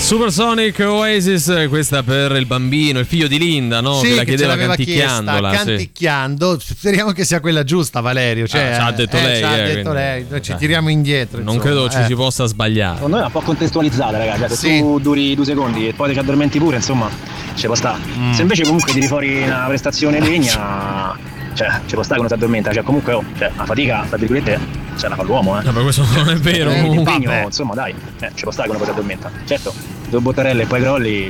Supersonic Oasis, questa per il bambino, il figlio di Linda, no? Sì, che la che chiedeva canticchiandola. Canticchiando, speriamo che sia quella giusta, Valerio. Cioè, ci ha detto lei. Ci ha detto lei. Noi ci tiriamo indietro. Non insomma, credo ci si possa sbagliare. Secondo me è un po' contestualizzata, ragazzi. Se tu duri 2 secondi e poi ti addormenti pure, insomma, ci può sta. Se invece comunque tiri fuori una prestazione degna, cioè ci può stare che uno si addormenta. Cioè, comunque, la fatica, tra virgolette, la fa l'uomo, No, ma questo non è vero. L'impegno, insomma, dai, ci può stare che uno si addormenta. Certo, 2 bottarelle e poi crolli,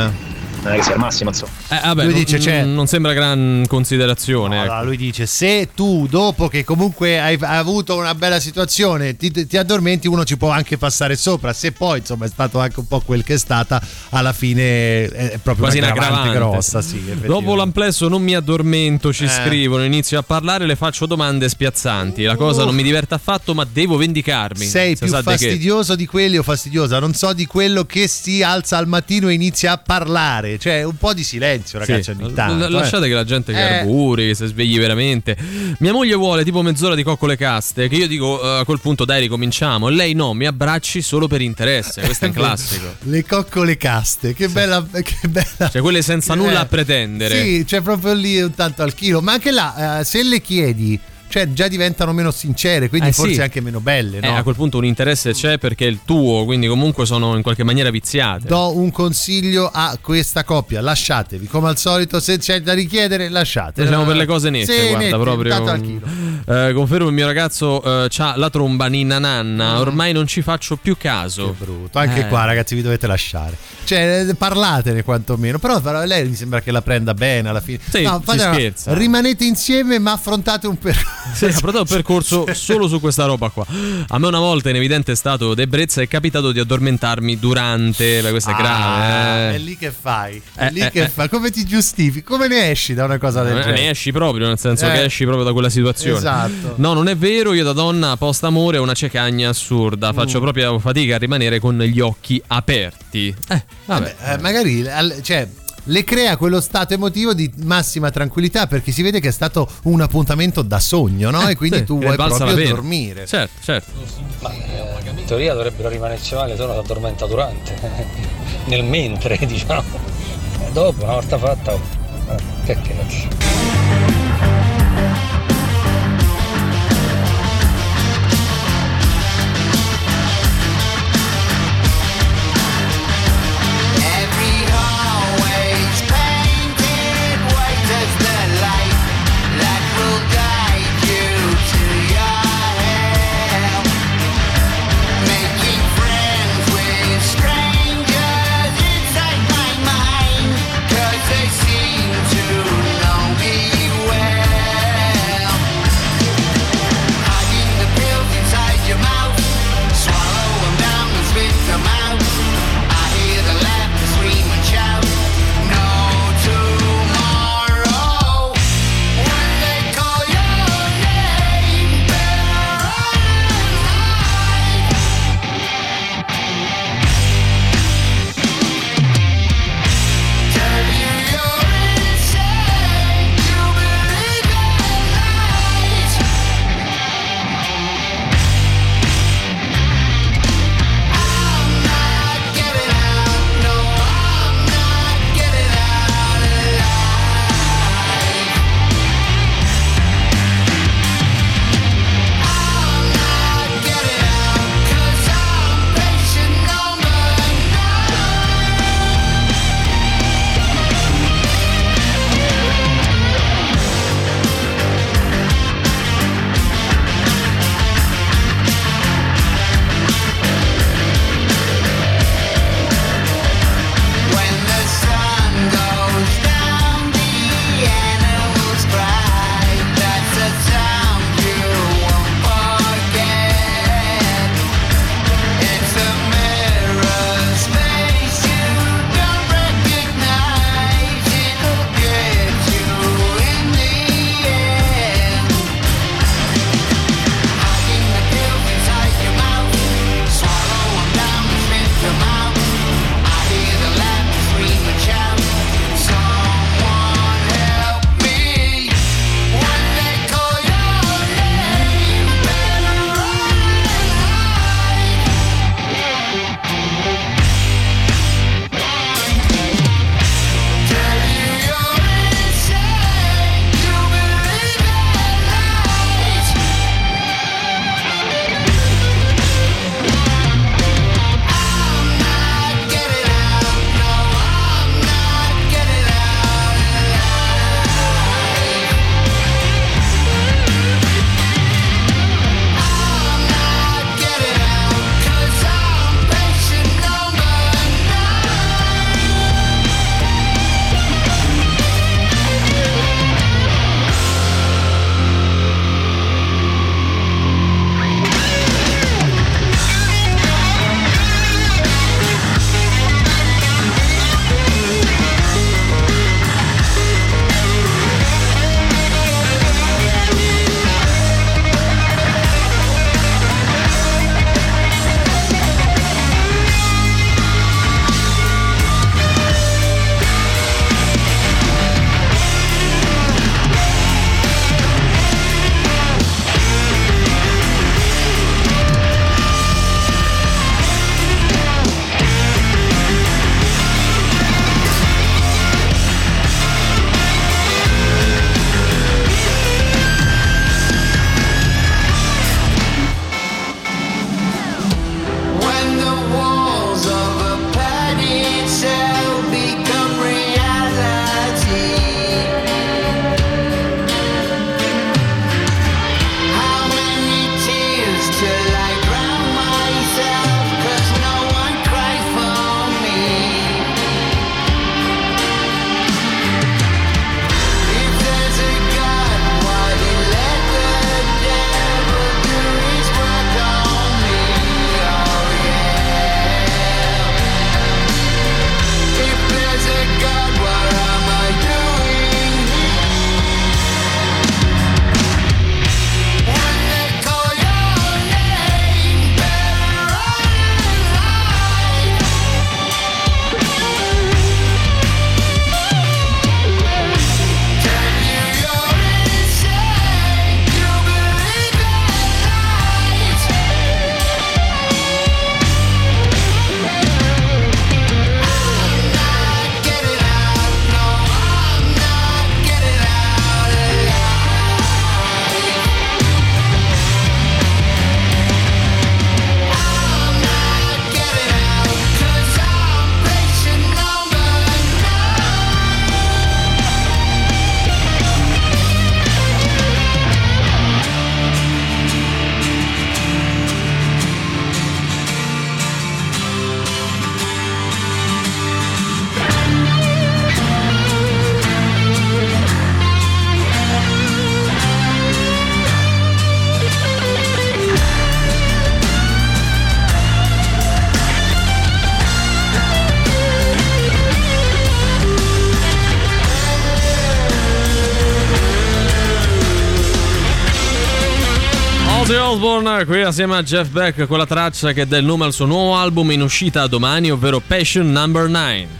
non è che sia al massimo, insomma. Vabbè, lui dice, non sembra gran considerazione. No, lui dice: se tu, dopo che comunque hai avuto una bella situazione, ti addormenti, uno ci può anche passare sopra. Se poi, insomma, è stato anche un po' quel che è stata, alla fine è proprio quasi una aggravante grossa. Dopo l'amplesso non mi addormento, ci scrivono, inizio a parlare, le faccio domande spiazzanti. La cosa non mi diverte affatto, ma devo vendicarmi. Sei più fastidioso di quelli o fastidiosa? Non so, di quello che si alza al mattino e inizia a parlare. Cioè, un po' di silenzio, ragazzi, ogni tanto. Lasciate che la gente carburi, che si svegli veramente. Mia moglie vuole tipo mezz'ora di coccole caste, che io dico a quel punto dai, ricominciamo. Lei no, mi abbracci solo per interesse. Questo è un classico. Le coccole caste, che bella. Cioè quelle senza nulla a pretendere. Sì, c'è proprio lì un tanto al chilo. Ma anche là, se le chiedi, cioè già diventano meno sincere, quindi forse anche meno belle, no? A quel punto un interesse c'è perché è il tuo, quindi comunque sono in qualche maniera viziate. Do un consiglio a questa coppia: lasciatevi, come al solito, se c'è da richiedere lasciate. Siamo per le cose nette, guarda, nette, proprio. Confermo, il mio ragazzo c'ha la tromba ninna nanna, ormai non ci faccio più caso. Che brutto. Anche qua, ragazzi, vi dovete lasciare. Cioè, parlatene quantomeno. Però lei mi sembra che la prenda bene alla fine. Sì, no, scherza. Rimanete insieme, ma affrontate un percorso. Sì, affrontato un percorso solo su questa roba qua. A me una volta in evidente stato d'ebbrezza è capitato di addormentarmi durante, questa è grave. È lì che fai? È lì che fai? Come ti giustifichi? Come ne esci da una cosa del genere? Ne esci proprio, nel senso che esci proprio da quella situazione. Esatto. No, non è vero, io da donna post amore ho una cecagna assurda, faccio proprio fatica a rimanere con gli occhi aperti. Vabbè. Magari, cioè, le crea quello stato emotivo di massima tranquillità, perché si vede che è stato un appuntamento da sogno, no? E quindi tu vuoi proprio dormire. Certo. Ma in teoria dovrebbero rimanerci male solo si addormenta durante, nel mentre, diciamo. Dopo, una volta fatta, che cazzo. Strangers inside my mind, 'cause they seem to know me Ozzy Osbourne qui assieme a Jeff Beck con la traccia che dà il nome al suo nuovo album in uscita domani, ovvero Passion Number 9.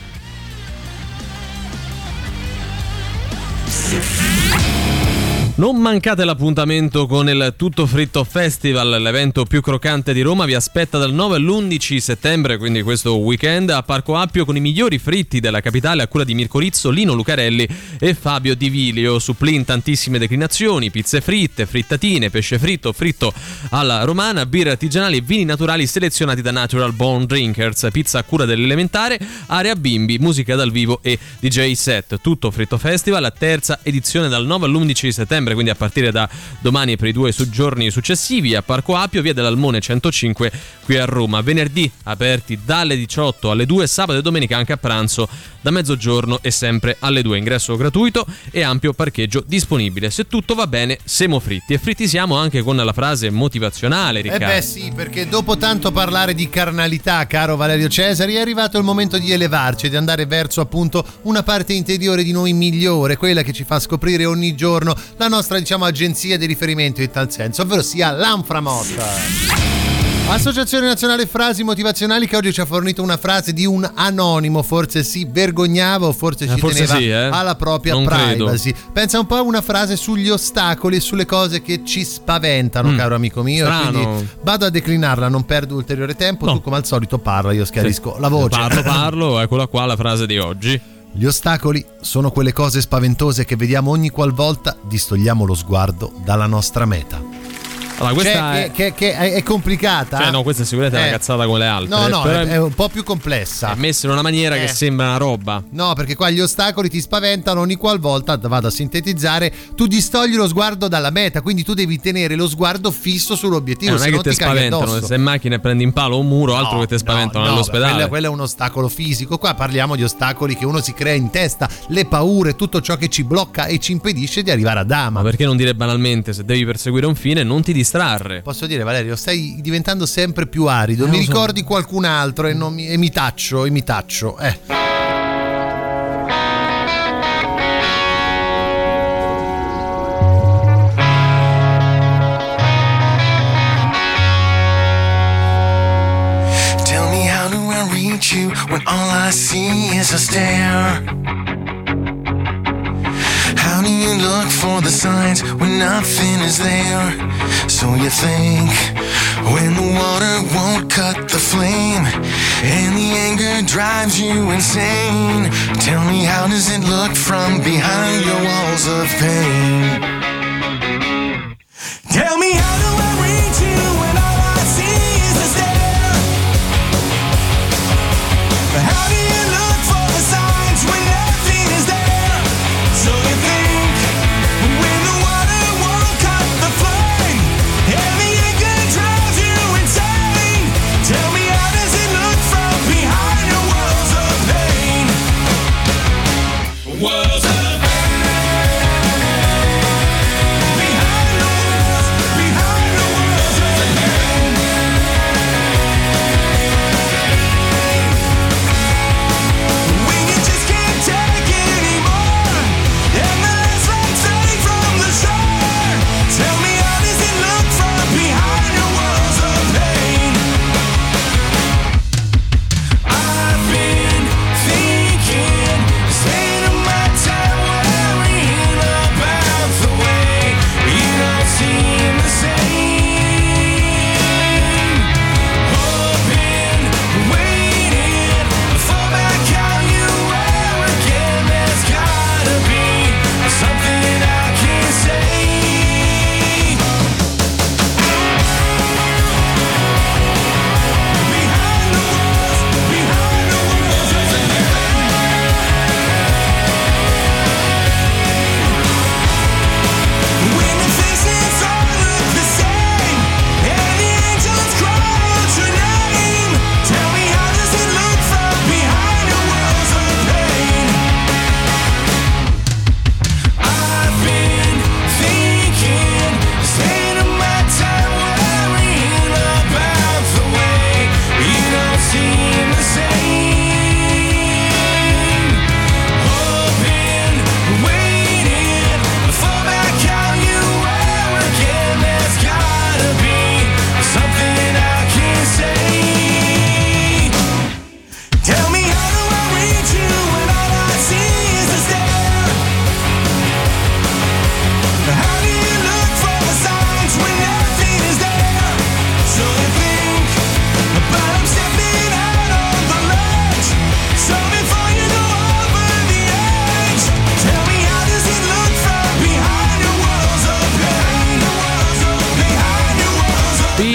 Non mancate l'appuntamento con il Tutto Fritto Festival, l'evento più croccante di Roma vi aspetta dal 9 all'11 settembre, quindi questo weekend, a Parco Appio con i migliori fritti della capitale a cura di Mirko Rizzo, Lino Lucarelli e Fabio Di Vilio. Supplì in tantissime declinazioni, pizze fritte, frittatine, pesce fritto, fritto alla romana, birre artigianali e vini naturali selezionati da Natural Born Drinkers, pizza a cura dell'elementare, area bimbi, musica dal vivo e DJ set. Tutto Fritto Festival, la terza edizione dal 9 all'11 settembre, quindi a partire da domani per i 2 giorni successivi a Parco Appio, via dell'Almone 105 qui a Roma. Venerdì aperti dalle 18 alle 2, sabato e domenica anche a pranzo da mezzogiorno e sempre alle 2. Ingresso gratuito e ampio parcheggio disponibile. Se tutto va bene, siamo fritti, e fritti siamo anche con la frase motivazionale, Riccardo. Beh sì, perché dopo tanto parlare di carnalità, caro Valerio Cesari, è arrivato il momento di elevarci, di andare verso appunto una parte interiore di noi migliore, quella che ci fa scoprire ogni giorno la nostra, diciamo, agenzia di riferimento in tal senso, ovvero sia l'Anframot. Associazione Nazionale Frasi Motivazionali, che oggi ci ha fornito una frase di un anonimo, forse si vergognava o forse ci teneva alla propria non privacy. credo. Pensa un po' a una frase sugli ostacoli e sulle cose che ci spaventano, caro amico mio. Strano. Quindi vado a declinarla, non perdo ulteriore tempo. Tu come al solito parla, io schiarisco la voce. Parlo, eccola qua la frase di oggi. Gli ostacoli sono quelle cose spaventose che vediamo ogni qualvolta distogliamo lo sguardo dalla nostra meta. Allora, questa che è complicata. Cioè, no, questa è sicuramente una cazzata come le altre. No, però è un po' più complessa. È messa in una maniera che sembra una roba. No, perché qua gli ostacoli ti spaventano ogni qualvolta, vado a sintetizzare, tu distogli lo sguardo dalla meta, quindi tu devi tenere lo sguardo fisso sull'obiettivo. Non è che ti spaventano, se in macchina e prendi in palo un muro, altro che ti spaventano all'ospedale. Quello è un ostacolo fisico. Qua parliamo di ostacoli che uno si crea in testa, le paure, tutto ciò che ci blocca e ci impedisce di arrivare a Dama. Ma perché non dire banalmente, se devi perseguire un fine, non ti distrarre? Posso dire, Valerio, stai diventando sempre più arido. Mi ricordi qualcun altro e mi taccio. Tell me, how do I reach you when all I see is a stare? How do you look for the signs when nothing is there? So you think when the water won't cut the flame and the anger drives you insane. Tell me, how does it look from behind your walls of pain? Tell me, how do I reach you when all I see is a stare? How do you look for the signs when nothing is there? So you think when the water won't cut the flame and the anger drives you insane. Tell me, how does it look from behind your walls of pain? Walls of pain.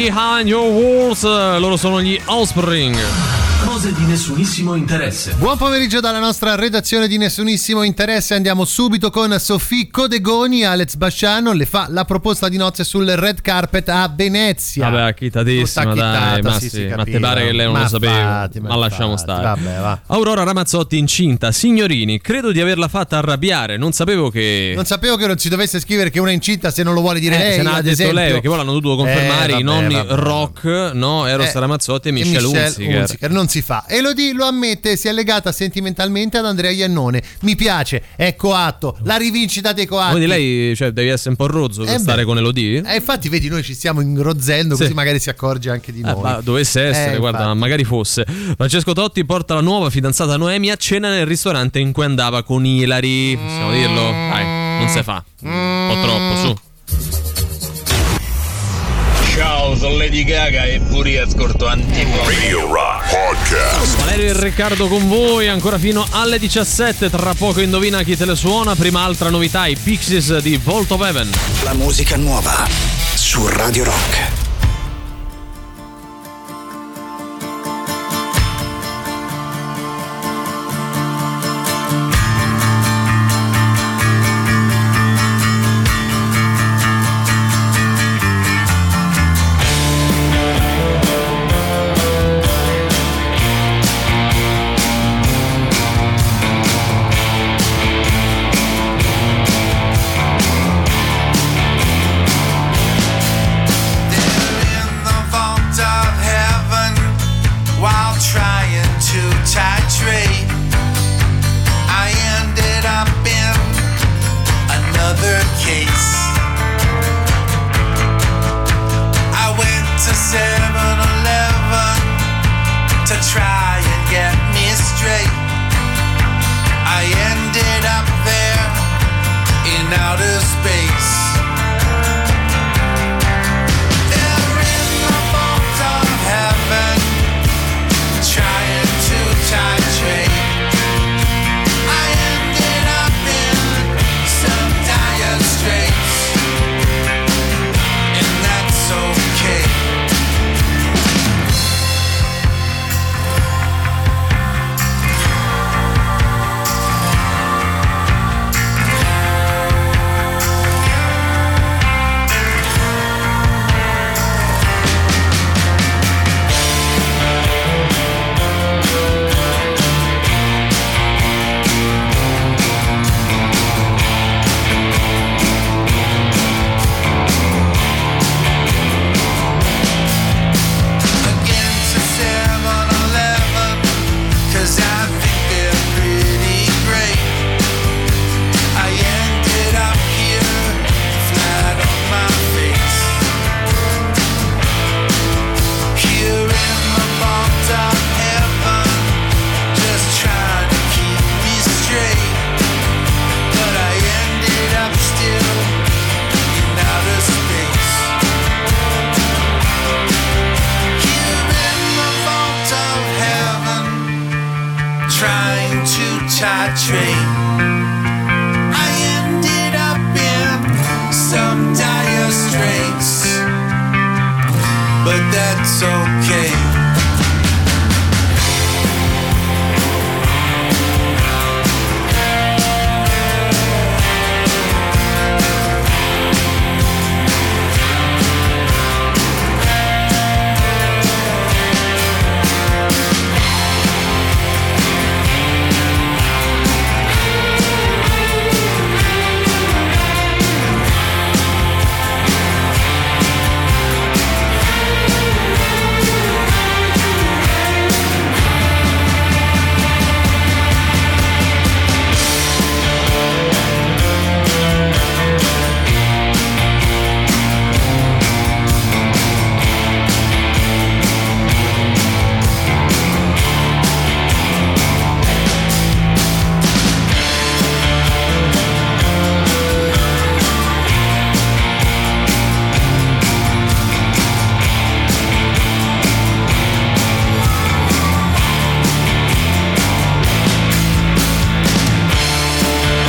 Behind Your Walls, loro sono gli Offspring. Cose di nessunissimo interesse. Buon pomeriggio dalla nostra redazione di Nessunissimo Interesse. Andiamo subito con Sofì Codegoni. Alex Basciano le fa la proposta di nozze sul red carpet a Venezia. Vabbè, acchittatissima, dai, ma te pare che lei non lo sapeva, ma lasciamo stare. Vabbè, va. Aurora Ramazzotti incinta. Signorini, credo di averla fatta arrabbiare. Non sapevo che non si dovesse scrivere che una è incinta se non lo vuole dire lei. Se non ha detto esempio. lei, perché poi l'hanno dovuto confermare i nonni Rock, no? Eros Ramazzotti e Michelle Hunziker. Non si fa. Elodie lo ammette, si è legata sentimentalmente ad Andrea Iannone. Mi piace, è coatto, la rivincita dei coatti. Quindi lei, cioè, devi essere un po' rozzo per stare con Elodie? Infatti, vedi, noi ci stiamo ingrozzendo, così magari si accorge anche di noi. Ma dovesse essere, guarda, infatti. magari fosse. Francesco Totti porta la nuova fidanzata Noemi a cena nel ristorante in cui andava con Ilari. Possiamo dirlo? Dai, non si fa. Un po' troppo, su. Ciao, sono Lady Gaga e pure io ascolto Radio Rock Podcast. Valerio e Riccardo con voi ancora fino alle 17. Tra poco indovina chi te le suona. Prima altra novità, i Pixies di Vault of Heaven. La musica nuova su Radio Rock.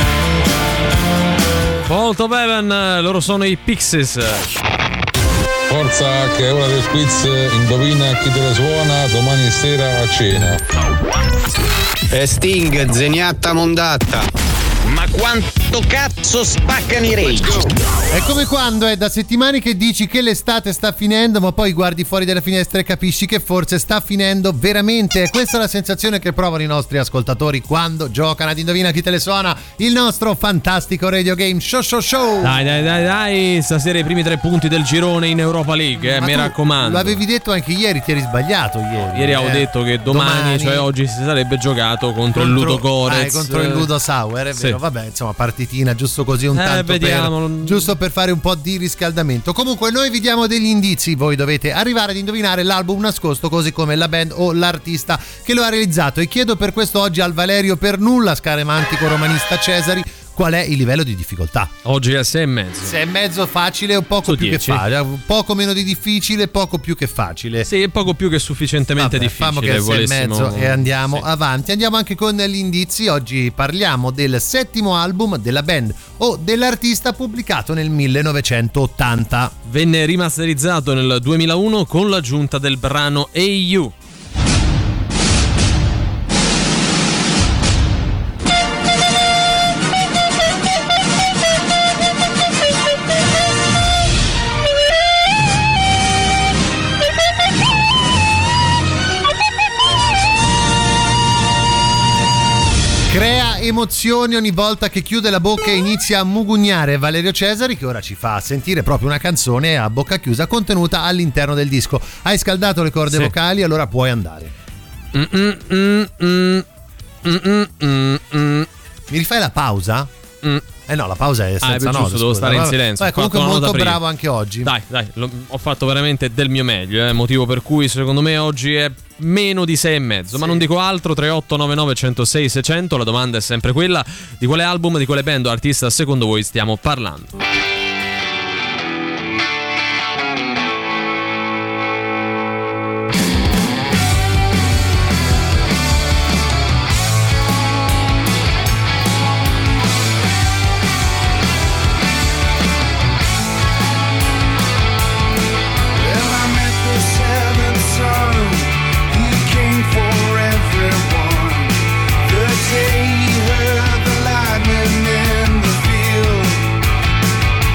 Vault of Heaven, loro sono i Pixies. Forza che è ora del quiz, indovina chi te la suona domani sera a cena. Sting, zeniatta mondatta. Ma quanto cazzo spaccano i Rage? È come quando è da settimane che dici che l'estate sta finendo, ma poi guardi fuori dalla finestra e capisci che forse sta finendo veramente. Questa è la sensazione che provano i nostri ascoltatori quando giocano ad Indovina chi te le suona, il nostro fantastico radio game show. Dai, stasera i primi 3 punti del girone in Europa League, mi raccomando. L'avevi detto anche ieri, ti eri sbagliato ieri. Ieri avevo detto che domani, cioè oggi, si sarebbe giocato contro il Ludo Gorez. Contro il Ludo Sauer, è vero. Vabbè, insomma, partitina giusto così un tanto giusto per fare un po' di riscaldamento. Comunque noi vi diamo degli indizi, voi dovete arrivare ad indovinare l'album nascosto, così come la band o l'artista che lo ha realizzato. E chiedo per questo oggi al Valerio Pernulla, scaramantico romanista Cesari, qual è il livello di difficoltà? Oggi è 6,5. 6,5 facile o poco più 10. Che facile? Poco meno di difficile, poco più che facile. Sì, poco più che sufficientemente difficile. Che 6,5 e andiamo avanti. Andiamo anche con gli indizi. Oggi parliamo del 7° album della band o dell'artista pubblicato nel 1980. Venne rimasterizzato nel 2001 con l'aggiunta del brano Hey You. Crea emozioni ogni volta che chiude la bocca e inizia a mugugnare. Valerio Cesari, che ora ci fa sentire proprio una canzone a bocca chiusa contenuta all'interno del disco. Hai scaldato le corde vocali, allora puoi andare. Mi rifai la pausa? No, la pausa è senza note. Devo stare in silenzio. Comunque molto bravo anche oggi. Dai, ho fatto veramente del mio meglio, motivo per cui secondo me oggi è meno di 6,5, ma non dico altro. 3899 106 600. La domanda è sempre quella: di quale album, di quale band o artista secondo voi stiamo parlando? Day he heard the lightning in the field.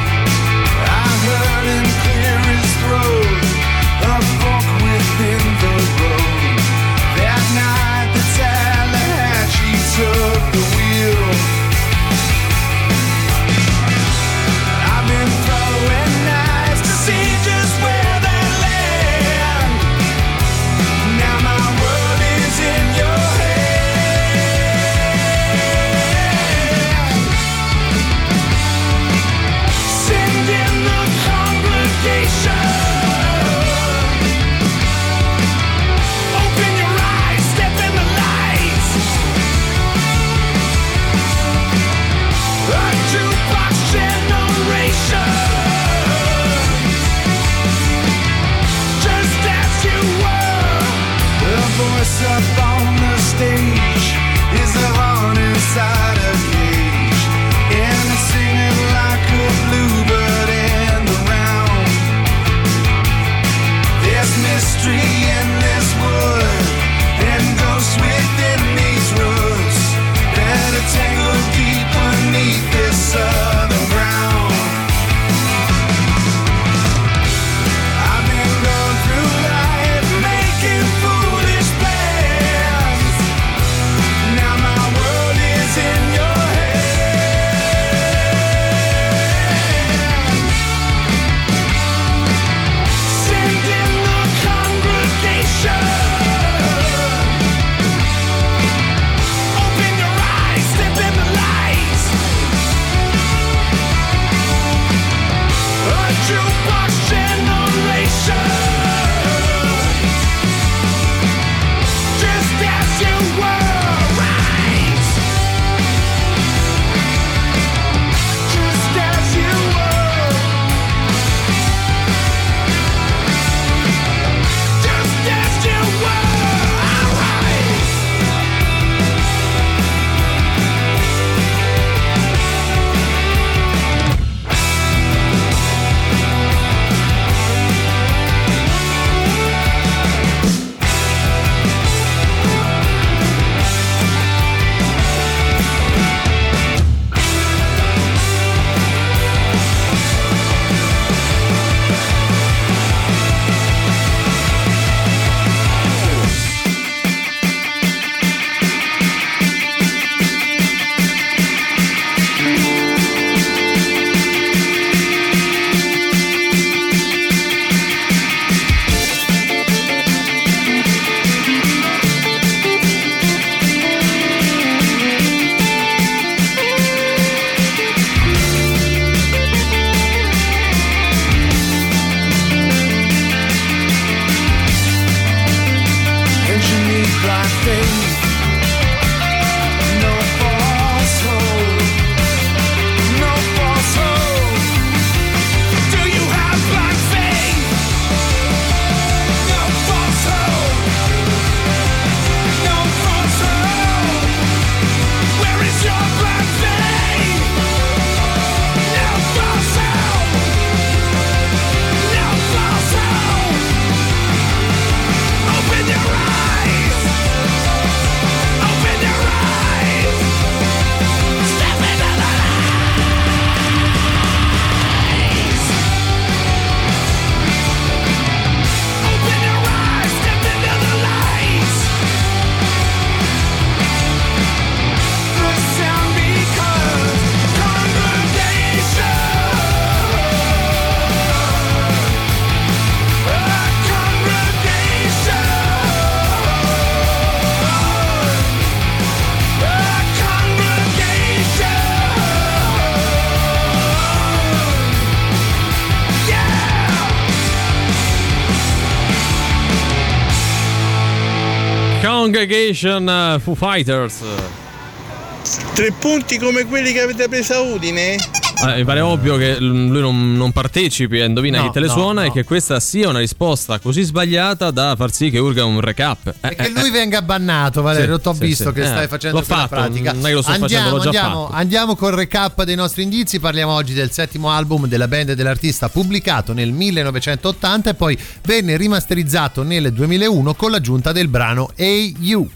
Congregation, Foo Fighters. 3 punti come quelli che avete preso a Udine? Mi pare ovvio che lui non partecipi a Indovina chi te le suona e che questa sia una risposta così sbagliata da far sì che urga un recap. E che lui venga bannato, Valerio. T'ho visto che stai facendo quella pratica. Non è che lo sto facendo, l'ho già fatto. Andiamo col recap dei nostri indizi. Parliamo oggi del 7° album della band e dell'artista, pubblicato nel 1980 e poi venne rimasterizzato nel 2001 con l'aggiunta del brano Hey You.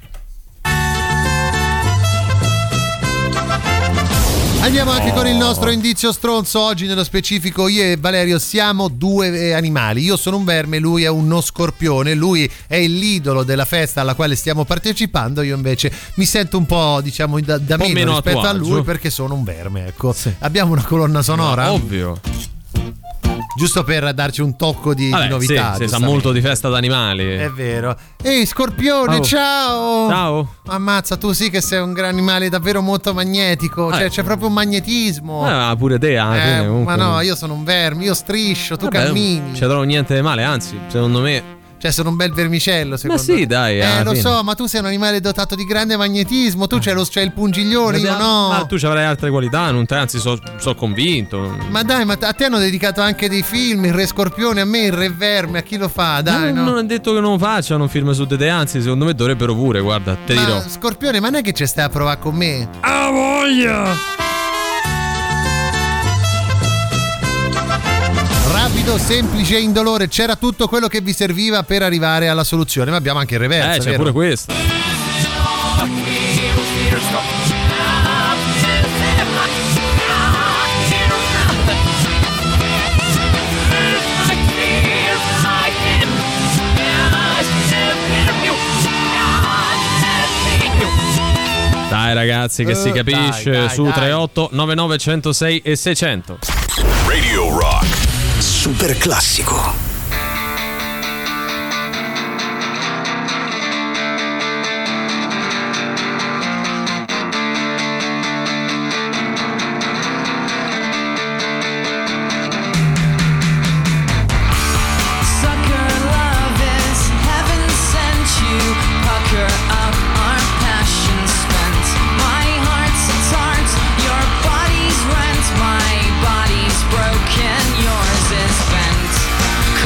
Andiamo anche con il nostro indizio stronzo. Oggi nello specifico io e Valerio siamo 2 animali. Io sono un verme, lui è uno scorpione. Lui è l'idolo della festa alla quale stiamo partecipando. Io invece mi sento un po', diciamo, da meno rispetto a lui, perché sono un verme, ecco. Sì. Abbiamo una colonna sonora? Ovvio. Giusto per darci un tocco di novità. Sì, sa molto di festa d'animali. È vero. Ehi, Scorpione, ciao! Ciao! Ammazza, tu sì che sei un gran animale davvero molto magnetico. Cioè, c'è proprio un magnetismo. Pure te, ma no, io sono un verme, io striscio, tu cammini. Non ci trovo niente di male, anzi, secondo me. Cioè, sono un bel vermicello, secondo me. Ma sì, dai. Lo so, ma tu sei un animale dotato di grande magnetismo. Tu c'hai il pungiglione, io no. Ma tu avrai altre qualità, anzi, sono convinto. Ma dai, ma a te hanno dedicato anche dei film, il Re Scorpione, a me il Re Verme, a chi lo fa? Dai, no. Non è detto che non facciano un film su di te, anzi, secondo me dovrebbero pure, guarda, te dirò. Scorpione, ma non è che ci stai a provare con me? Ah, voglia! Rapido, semplice e indolore, c'era tutto quello che vi serviva per arrivare alla soluzione, ma abbiamo anche il reverso. C'è vero? pure questo. Dai ragazzi, che si capisce, dai, su 38 99 106 e 600. Radio Rock Super classico. My body's broken, yours is bent.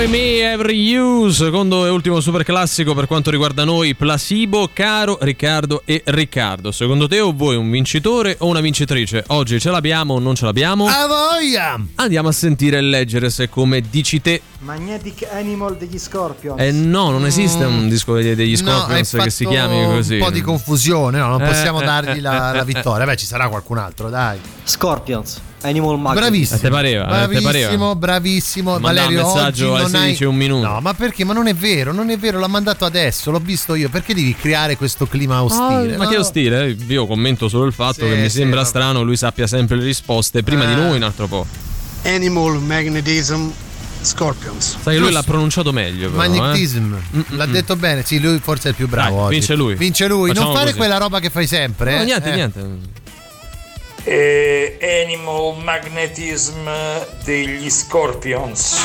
Every Me, Every You, secondo e ultimo super classico per quanto riguarda noi, Placebo, Caro, Riccardo e Riccardo. Secondo te o voi un vincitore o una vincitrice? Oggi ce l'abbiamo o non ce l'abbiamo? A voglia! Andiamo a sentire e leggere se come dici te. Magnetic Animal degli Scorpions. No, non esiste un disco degli Scorpions che si chiami così. Un po' di confusione, no? Non possiamo dargli la vittoria. Beh, ci sarà qualcun altro, dai. Scorpions, Animal Magnet. Bravissimo. Te pareva? Bravissimo. Manda Valerio, un messaggio oggi alle 16 e un minuto. No, ma perché? Ma non è vero, l'ha mandato adesso, l'ho visto io. Perché devi creare questo clima ostile? Ma che ostile? Io commento solo il fatto che mi sembra strano lui sappia sempre le risposte prima di noi un altro po'. Animal Magnetism Scorpions. Sai che lui l'ha pronunciato meglio però, Magnetism. L'ha detto bene. Sì, lui forse è il più bravo. Dai, vince lui. Facciamo non fare così. Quella roba che fai sempre. No, niente. Animal Magnetism degli Scorpions.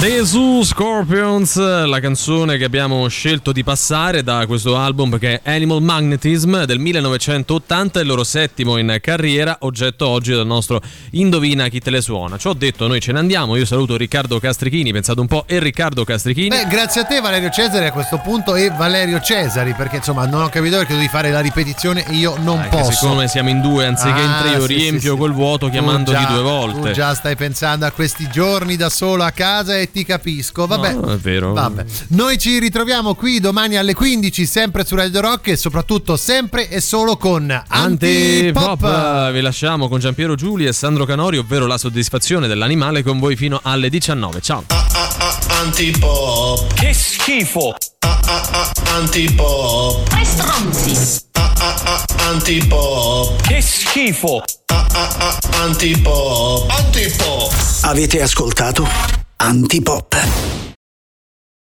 The Zoo Scorpions, la canzone che abbiamo scelto di passare da questo album che è Animal Magnetism del 1980, il loro settimo in carriera, oggetto oggi del nostro Indovina chi te le suona. Ci ho detto, noi ce ne andiamo, io saluto Riccardo Castrichini, pensate un po', e Riccardo Castrichini. Grazie a te Valerio Cesari a questo punto, e Valerio Cesari, perché insomma non ho capito perché devi fare la ripetizione e io non posso. Siccome siamo in due anziché in tre, io riempio quel vuoto chiamandoti 2 volte. Tu già stai pensando a questi giorni da solo a casa e ti capisco. Vabbè, no, è vero. Vabbè. Noi ci ritroviamo qui domani alle 15 sempre su Radio Rock e soprattutto sempre e solo con Antipop. Vi lasciamo con Giampiero Giuli e Sandro Canori, ovvero La soddisfazione dell'animale, con voi fino alle 19. Ciao. Antipop. Che schifo. Antipop. Che stronzi. Antipop. Che schifo. Antipop. Antipop. Avete ascoltato Antipop.